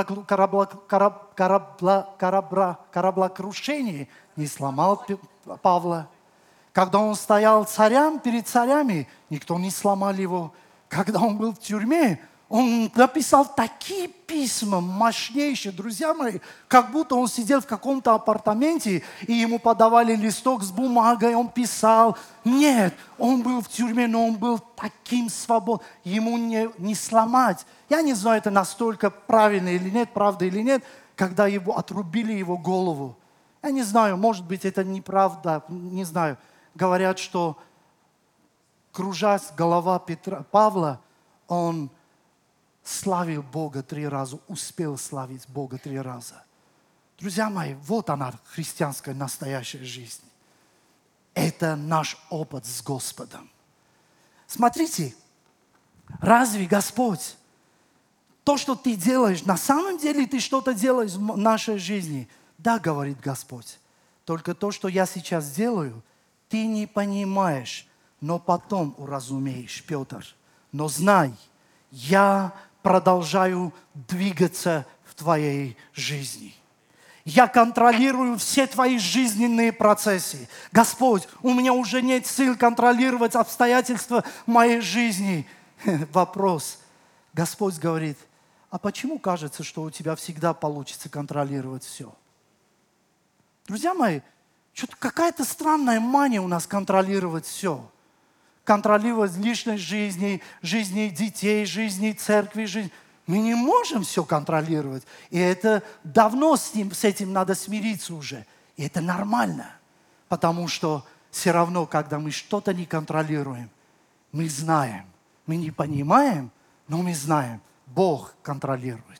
Speaker 2: кораблокрушение не сломал Павла. Когда он стоял перед царями, никто не сломал его. Когда он был в тюрьме, он написал такие письма мощнейшие, друзья мои, как будто он сидел в каком-то апартаменте, и ему подавали листок с бумагой, он писал. Нет, он был в тюрьме, но он был таким свободным, ему не сломать. Я не знаю, это настолько правильно или нет, правда или нет, когда отрубили его голову. Я не знаю, может быть, это неправда, не знаю. Говорят, что кружась голова Павла, он славил Бога 3 раза, успел славить Бога 3 раза. Друзья мои, вот она, христианская настоящая жизнь. Это наш опыт с Господом. Смотрите, разве Господь, то, что ты делаешь, на самом деле ты что-то делаешь в нашей жизни? Да, говорит Господь. Только то, что я сейчас делаю, ты не понимаешь, но потом уразумеешь, Петр. Но знай, я продолжаю двигаться в твоей жизни. Я контролирую все твои жизненные процессы. Господь, у меня уже нет сил контролировать обстоятельства моей жизни. Вопрос. Господь говорит, а почему кажется, что у тебя всегда получится контролировать все? Друзья мои, что-то какая-то странная мания у нас контролировать все. Контролировать личность жизни, жизни детей, жизни церкви, жизнь. Мы не можем все контролировать. И это давно с этим надо смириться уже. И это нормально. Потому что все равно, когда мы что-то не контролируем, мы знаем. Мы не понимаем, но мы знаем. Бог контролирует.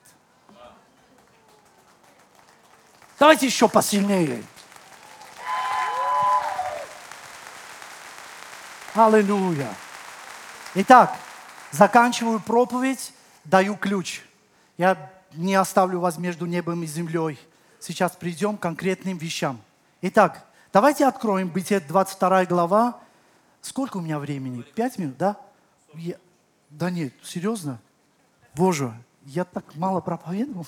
Speaker 2: Давайте еще посильнее. Аллилуйя. Итак, заканчиваю проповедь. Даю ключ. Я не оставлю вас между небом и землей. Сейчас придем к конкретным вещам. Итак, давайте откроем Бытие 22 глава. Сколько у меня времени? 5 минут, да? Да нет, серьезно? Боже, я так мало проповедовал.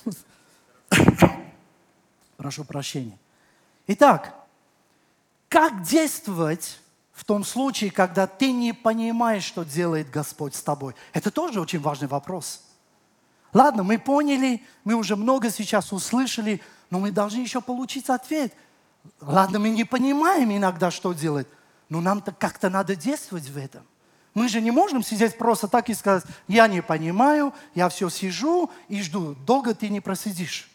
Speaker 2: Прошу прощения. Итак, как действовать в том случае, когда ты не понимаешь, что делает Господь с тобой? Это тоже очень важный вопрос. Ладно, мы поняли, мы уже много сейчас услышали, но мы должны еще получить ответ. Ладно, мы не понимаем иногда, что делать, но нам-то как-то надо действовать в этом. Мы же не можем сидеть просто так и сказать, я не понимаю, я все сижу и жду. Долго ты не просидишь.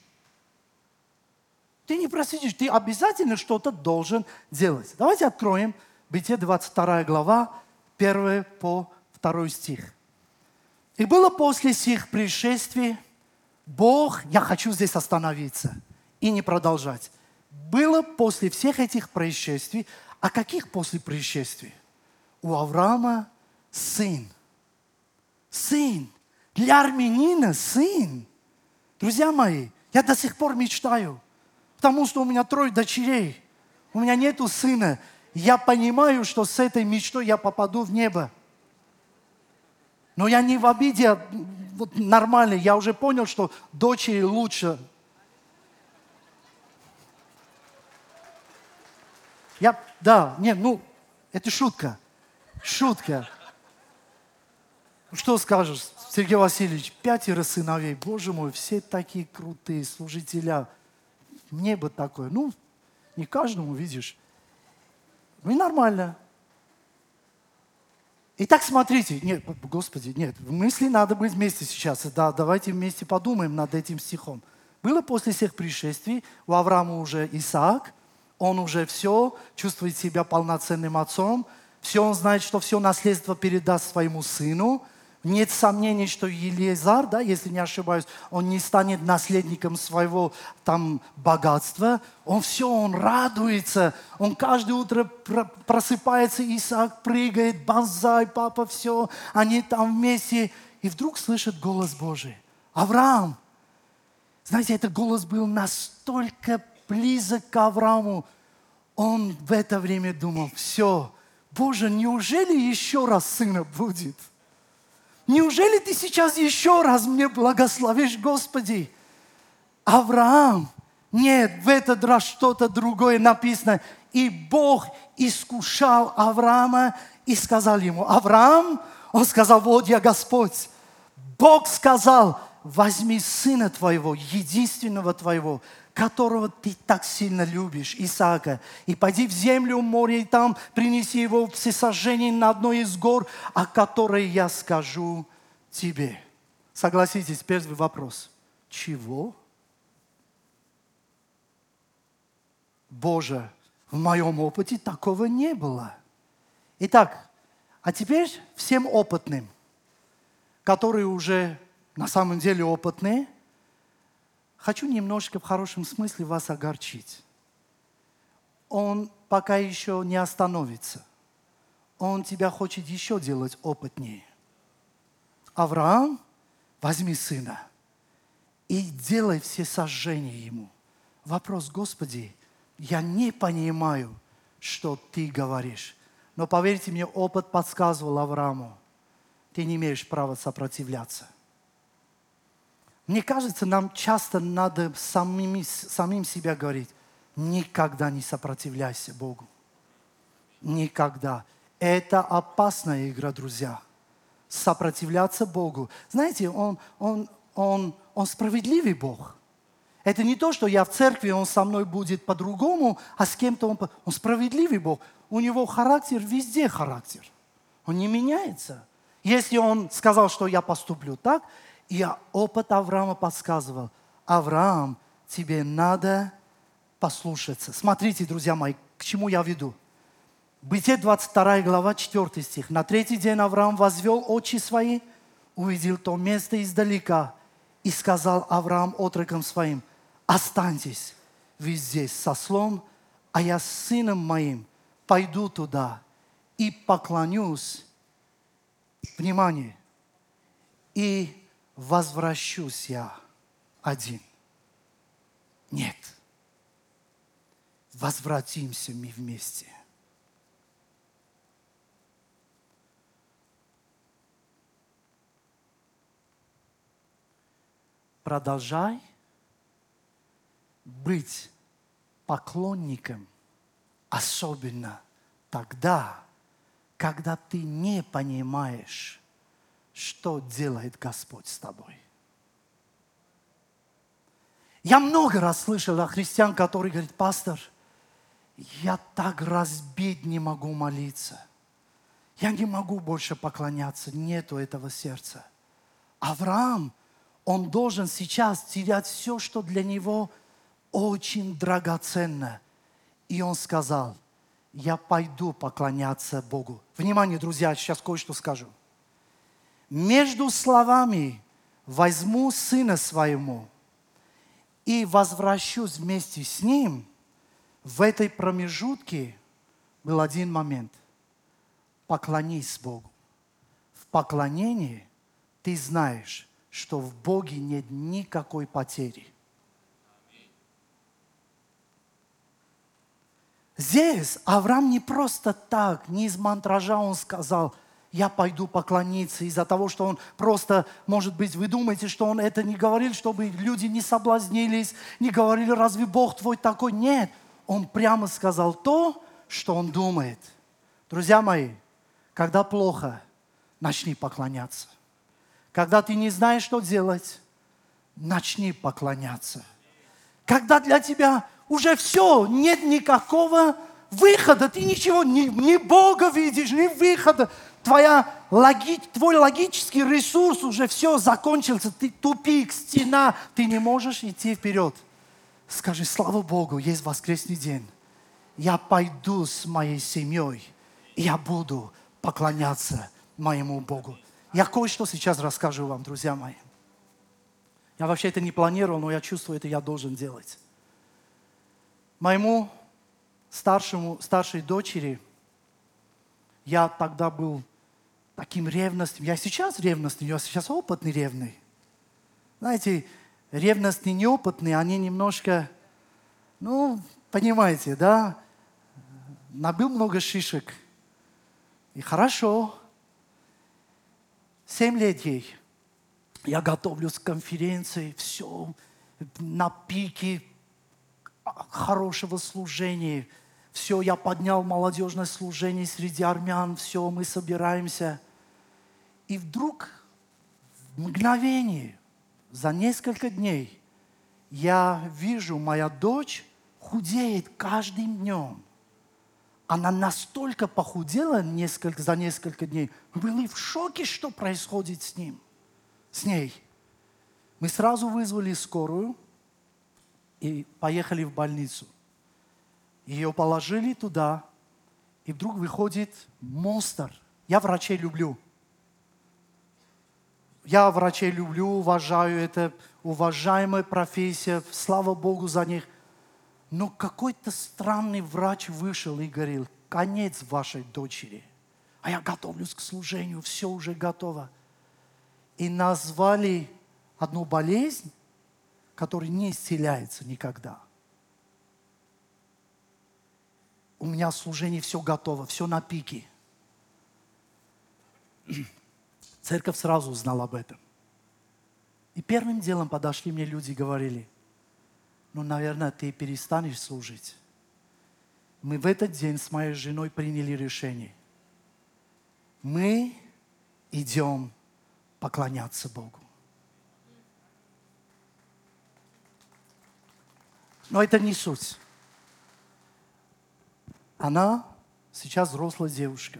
Speaker 2: Ты не просидишь, ты обязательно что-то должен делать. Давайте откроем Бытие 22 глава, 1 по 2 стих. И было после сих происшествий, Бог, я хочу здесь остановиться и не продолжать. Было после всех этих происшествий, а каких после происшествий? У Авраама сын. Сын. Для армянина сын. Друзья мои, я до сих пор мечтаю, потому что у меня 3 дочерей, у меня нету сына. Я понимаю, что с этой мечтой я попаду в небо. Но я не в обиде, вот нормально. Я уже понял, что дочери лучше. Это шутка. Шутка. Что скажешь, Сергей Васильевич, 5 сыновей, Боже мой, все такие крутые служителя. Небо такое, не каждому видишь. Ну и нормально. Итак, смотрите, нет, Господи, нет, в мысли надо быть вместе сейчас. Да, давайте вместе подумаем над этим стихом. Было после всех пришествий, у Авраама уже Исаак, он уже все, чувствует себя полноценным отцом, все, он знает, что все наследство передаст своему сыну. Нет сомнений, что Елиезар, да, если не ошибаюсь, он не станет наследником своего богатства. Он радуется. Он каждое утро просыпается, Исаак прыгает, бонзай, папа, все. Они там вместе. И вдруг слышит голос Божий. Авраам. Знаете, этот голос был настолько близок к Аврааму. Он в это время думал, все, Боже, неужели еще раз сына будет? Неужели ты сейчас еще раз мне благословишь, Господи? Авраам, нет, в этот раз что-то другое написано. И Бог искушал Авраама и сказал ему, Авраам, он сказал, вот я Господь. Бог сказал, возьми сына твоего, единственного твоего, которого ты так сильно любишь, Исаака, и пойди в землю, море, и там принеси его в всесожжение на одной из гор, о которой я скажу тебе. Согласитесь, первый вопрос. Чего? Боже, в моем опыте такого не было. Итак, а теперь всем опытным, которые уже на самом деле опытные, хочу немножко в хорошем смысле вас огорчить. Он пока еще не остановится. Он тебя хочет еще делать опытнее. Авраам, возьми сына и делай все сожжения ему. Вопрос: Господи, я не понимаю, что ты говоришь. Но поверьте мне, опыт подсказывал Аврааму: ты не имеешь права сопротивляться. Мне кажется, нам часто надо самим себе говорить: никогда не сопротивляйся Богу. Никогда. Это опасная игра, друзья. Сопротивляться Богу. Знаете, Он справедливый Бог. Это не то, что я в церкви, Он со мной будет по-другому, а с кем-то Он справедливый Бог. У Него характер, везде характер. Он не меняется. Если Он сказал, что я поступлю так, и опыт Авраама подсказывал: Авраам, тебе надо послушаться. Смотрите, друзья мои, к чему я веду. Бытие 22 глава, 4 стих. На третий день Авраам возвел очи свои, увидел то место издалека, и сказал Авраам отрокам своим: останьтесь вы здесь с ослом, а я с сыном моим пойду туда и поклонюсь, внимание, и возвращусь я один. Нет. Возвратимся мы вместе. Продолжай быть поклонником, особенно тогда, когда ты не понимаешь, что делает Господь с тобой. Я много раз слышал о христиан, которые говорят: пастор, я так разбит, не могу молиться. Я не могу больше поклоняться. Нету этого сердца. Авраам, он должен сейчас терять все, что для него очень драгоценно. И он сказал: я пойду поклоняться Богу. Внимание, друзья, сейчас кое-что скажу. Между словами «возьму сына своему и возвращусь вместе с ним», в этой промежутке был один момент. Поклонись Богу. В поклонении ты знаешь, что в Боге нет никакой потери. Здесь Авраам не просто так, не из мантража он сказал: я пойду поклониться, из-за того, что он просто, может быть, вы думаете, что он это не говорил, чтобы люди не соблазнились, не говорили: разве Бог твой такой? Нет, он прямо сказал то, что он думает. Друзья мои, когда плохо, начни поклоняться. Когда ты не знаешь, что делать, начни поклоняться. Когда для тебя уже все, нет никакого выхода, ты ничего, ни Бога видишь, ни выхода, твой логический ресурс уже все закончился, ты тупик, стена, ты не можешь идти вперед. Скажи: слава Богу, есть воскресный день. Я пойду с моей семьей, и я буду поклоняться моему Богу. Я кое-что сейчас расскажу вам, друзья мои. Я вообще это не планировал, но я чувствую, это я должен делать. Моему старшей дочери, я тогда был таким ревностным. Я сейчас ревностный, я сейчас опытный ревный. Знаете, ревностные, неопытные, они немножко, понимаете, да? Набил много шишек. И хорошо. 7 лет ей. Я готовлюсь к конференции, все на пике хорошего служения. Все, я поднял молодежное служение среди армян, все, мы собираемся. И вдруг, в мгновение, за несколько дней, я вижу, моя дочь худеет каждым днем. Она настолько похудела за несколько дней. Мы были в шоке, что происходит с ней. Мы сразу вызвали скорую и поехали в больницу. Ее положили туда, и вдруг выходит монстр. Я врачей люблю. уважаю, это уважаемая профессия, слава Богу за них. Но какой-то странный врач вышел и говорил: конец вашей дочери. А я готовлюсь к служению, все уже готово. И назвали одну болезнь, которая не исцеляется никогда. У меня в служении все готово, все на пике. Церковь сразу узнала об этом. И первым делом подошли мне люди и говорили: ну, наверное, ты перестанешь служить. Мы в этот день с моей женой приняли решение. Мы идем поклоняться Богу. Но это не суть. Она сейчас взрослая девушка.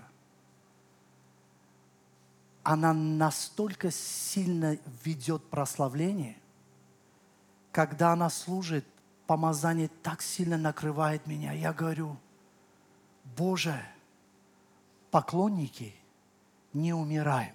Speaker 2: Она настолько сильно ведет прославление, когда она служит, помазание так сильно накрывает меня. Я говорю: Боже, поклонники не умирают.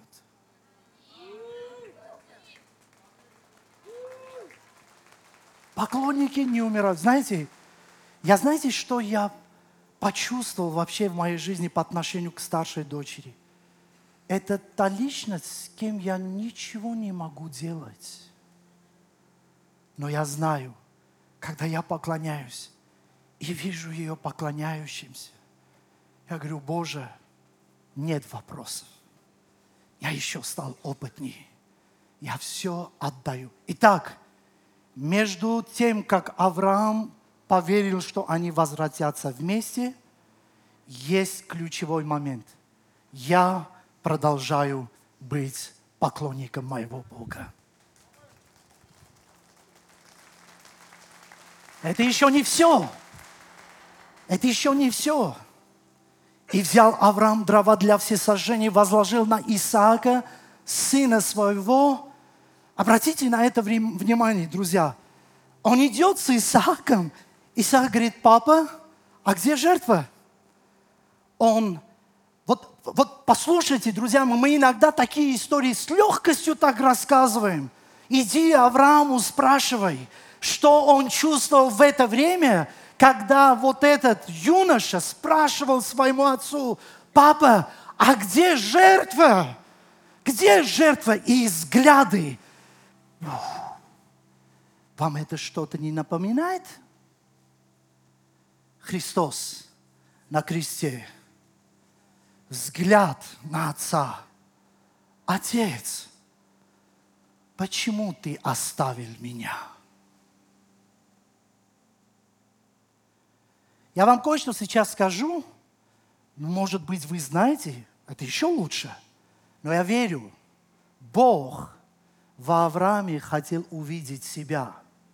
Speaker 2: Поклонники не умирают. Знаете, что я почувствовал вообще в моей жизни по отношению к старшей дочери? Это та личность, с кем я ничего не могу делать. Но я знаю, когда я поклоняюсь и вижу ее поклоняющимся, я говорю: Боже, нет вопросов. Я еще стал опытнее. Я все отдаю. Итак, между тем, как Авраам поверил, что они возвратятся вместе, есть ключевой момент. Я продолжаю быть поклонником моего Бога. Это еще не все. Это еще не все. И взял Авраам дрова для всесожжения, возложил на Исаака, сына своего. Обратите на это внимание, друзья. Он идет с Исааком. Исаак говорит: папа, а где жертва? Вот послушайте, друзья, мы иногда такие истории с легкостью так рассказываем. Иди Аврааму спрашивай, что он чувствовал в это время, когда вот этот юноша спрашивал своему отцу: папа, а где жертва? Где жертва? И взгляды. Вам это что-то не напоминает? Христос на кресте. Взгляд на Отца. Отец, почему ты оставил меня? Я вам кое-что сейчас скажу. Может быть, вы знаете, это еще лучше. Но я верю, Бог в Аврааме хотел увидеть себя.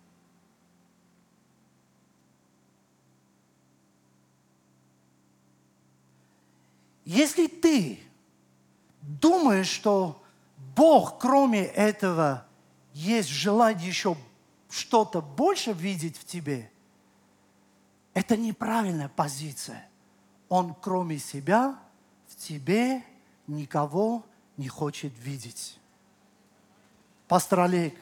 Speaker 2: Если ты думаешь, что Бог, кроме этого, есть желание еще что-то больше видеть в тебе, это неправильная позиция. Он, кроме себя, в тебе никого не хочет видеть. Пастор Олег,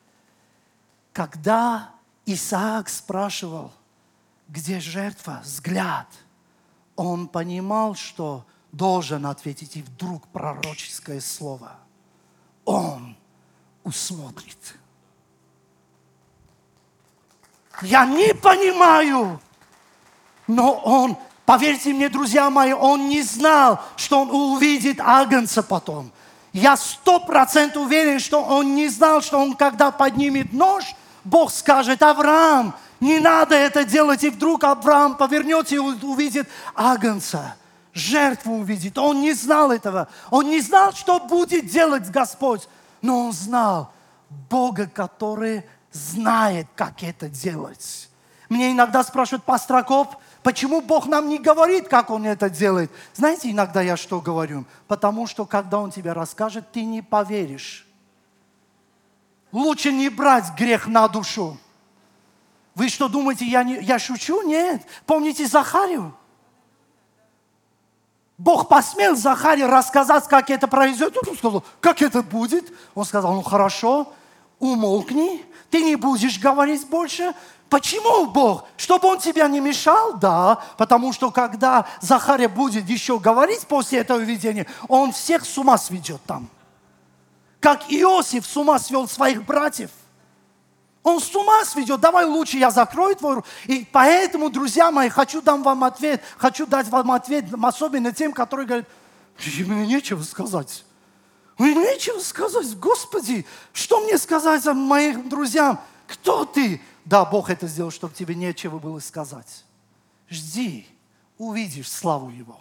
Speaker 2: когда Исаак спрашивал, где жертва, взгляд, он понимал, что должен ответить, и вдруг пророческое слово. Он усмотрит. Я не понимаю, но он, поверьте мне, друзья мои, он не знал, что он увидит агнца потом. Я 100% уверен, что он не знал, что он, когда поднимет нож, Бог скажет: Авраам, не надо это делать. И вдруг Авраам повернется и увидит агнца. Жертву увидит. Он не знал этого. Он не знал, что будет делать Господь. Но он знал Бога, который знает, как это делать. Мне иногда спрашивают: пастор Акоп, почему Бог нам не говорит, как Он это делает? Знаете, иногда я что говорю? Потому что, когда Он тебе расскажет, ты не поверишь. Лучше не брать грех на душу. Вы что думаете, я шучу? Нет. Помните Захарию? Бог посмел Захарию рассказать, как это произойдет. Он сказал: как это будет? Он сказал: ну хорошо, умолкни, ты не будешь говорить больше, Почему Бог? Чтобы он тебя не мешал? Да, потому что когда Захария будет еще говорить после этого видения, он всех с ума сведет там. Как Иосиф с ума свел своих братьев. Он с ума сведет. Давай лучше я закрою твой рот. И поэтому, друзья мои, хочу дать вам ответ, особенно тем, которые говорят, мне нечего сказать. Мне нечего сказать. Господи, что мне сказать моим друзьям? Кто ты? Да, Бог это сделал, чтобы тебе нечего было сказать. Жди, увидишь славу Его.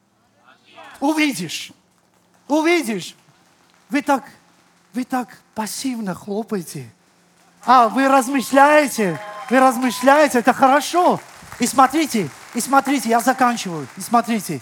Speaker 2: Увидишь. Увидишь. Вы так пассивно хлопаете. Вы размышляете, это хорошо. И смотрите, я заканчиваю, и смотрите.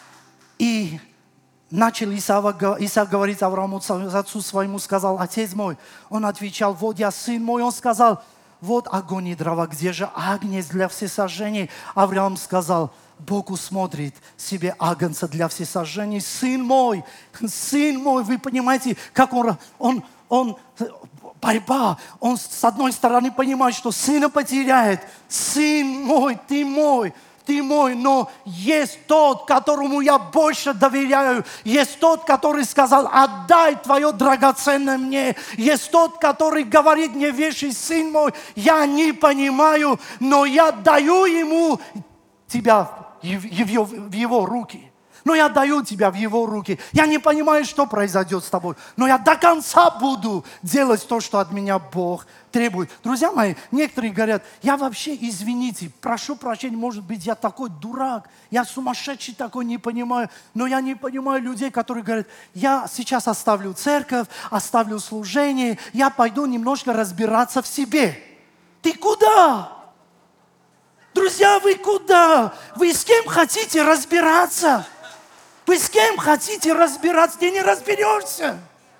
Speaker 2: И начал Исаак говорить Аврааму, отцу своему, сказал, отец мой. Он отвечал, вот я сын мой. Он сказал, вот огонь и дрова, где же агнец для всесожжений? Авраам сказал, Бог усмотрит себе агнца для всесожжений. Сын мой, вы понимаете, как он борьба. Он с одной стороны понимает, что сына потеряет. Сын мой, ты мой, но есть тот, которому я больше доверяю. Есть тот, который сказал, отдай твое драгоценное мне. Есть тот, который говорит мне, вещи, сын мой, я не понимаю, но я даю ему тебя в его руки. Но я даю тебя в его руки. Я не понимаю, что произойдет с тобой. Но я до конца буду делать то, что от меня Бог требует. Друзья мои, некоторые говорят, я вообще, извините, прошу прощения, может быть, я такой дурак, я сумасшедший такой, не понимаю. Но я не понимаю людей, которые говорят, я сейчас оставлю церковь, оставлю служение, я пойду немножко разбираться в себе. Ты куда? Друзья, вы куда? Вы с кем хотите разбираться? Вы с кем хотите разбираться? Ты не разберешься.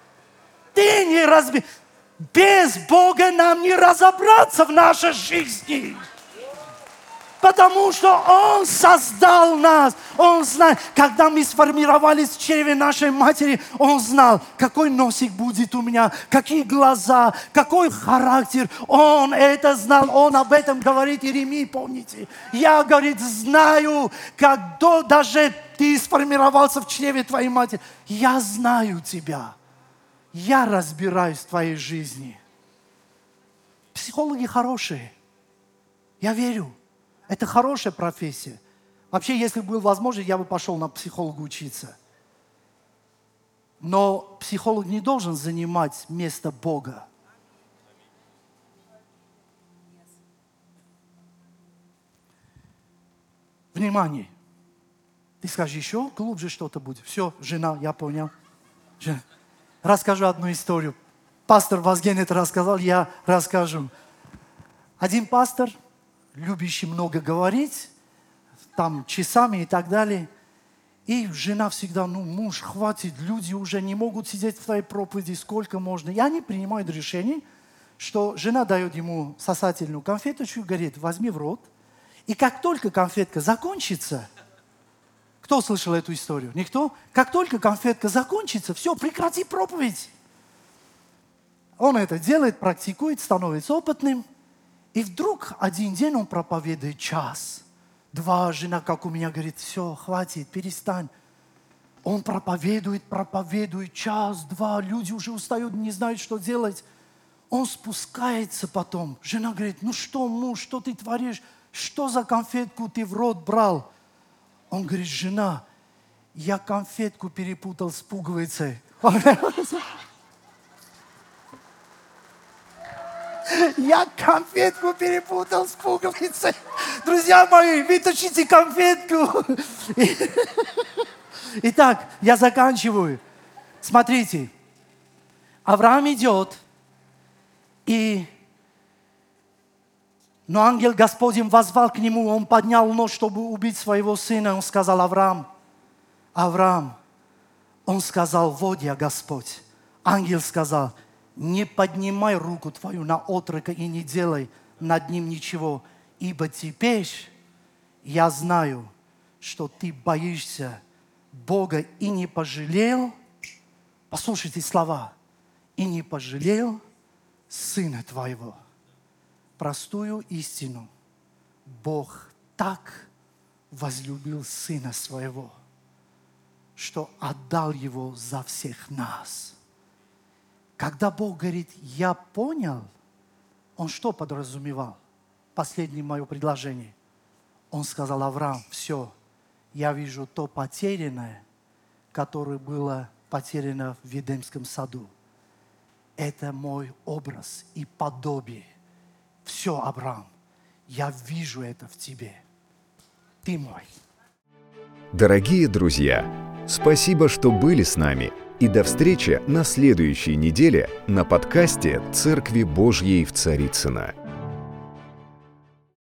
Speaker 2: Без Бога нам не разобраться в нашей жизни. Потому что Он создал нас. Он знает, когда мы сформировались в чреве нашей матери, Он знал, какой носик будет у меня, какие глаза, какой характер. Он это знал. Он об этом говорит Иеремии, помните? Я, говорит, знаю, даже ты сформировался в чреве твоей матери. Я знаю тебя. Я разбираюсь в твоей жизни. Психологи хорошие. Я верю. Это хорошая профессия. Вообще, если бы была возможность, я бы пошел на психолога учиться. Но психолог не должен занимать место Бога. Внимание. Ты скажешь, еще глубже что-то будет. Все, жена, я понял. Расскажу одну историю. Пастор Вазген это рассказал, я расскажу. Один пастор, любящий много говорить, там часами и так далее. И жена всегда, муж, хватит, люди уже не могут сидеть в твоей проповеди, сколько можно. И они принимают решение, что жена дает ему сосательную конфеточку, говорит, возьми в рот. И как только конфетка закончится, кто слышал эту историю? Никто? Как только конфетка закончится, все, прекрати проповедь. Он это делает, практикует, становится опытным. И вдруг один день он проповедует час, два, жена, как у меня, говорит, все, хватит, перестань. Он проповедует час, два, люди уже устают, не знают, что делать. Он спускается потом. Жена говорит, что, муж, что ты творишь? Что за конфетку ты в рот брал? Он говорит, жена, я конфетку перепутал с пуговицей. Я конфетку перепутал с пуговицей. Друзья мои, вытащите конфетку. Итак, я заканчиваю. Смотрите. Авраам идет, но ангел Господень воззвал к нему, он поднял нож, чтобы убить своего сына. Он сказал, Авраам. Он сказал, вот я, Господь. Ангел сказал, не поднимай руку твою на отрока и не делай над ним ничего, ибо теперь я знаю, что ты боишься Бога и не пожалел, послушайте слова, и не пожалел сына твоего. простую истину. Бог так возлюбил Сына Своего, что отдал Его за всех нас. Когда Бог говорит «я понял», Он что подразумевал? Последнее мое предложение. Он сказал: Авраам, все, я вижу то потерянное, которое было потеряно в Эдемском саду. Это мой образ и подобие. Все, Авраам, я вижу это в тебе. Ты мой.
Speaker 1: Дорогие друзья, спасибо, что были с нами. И до встречи на следующей неделе на подкасте «Церкви Божьей в Царицыно».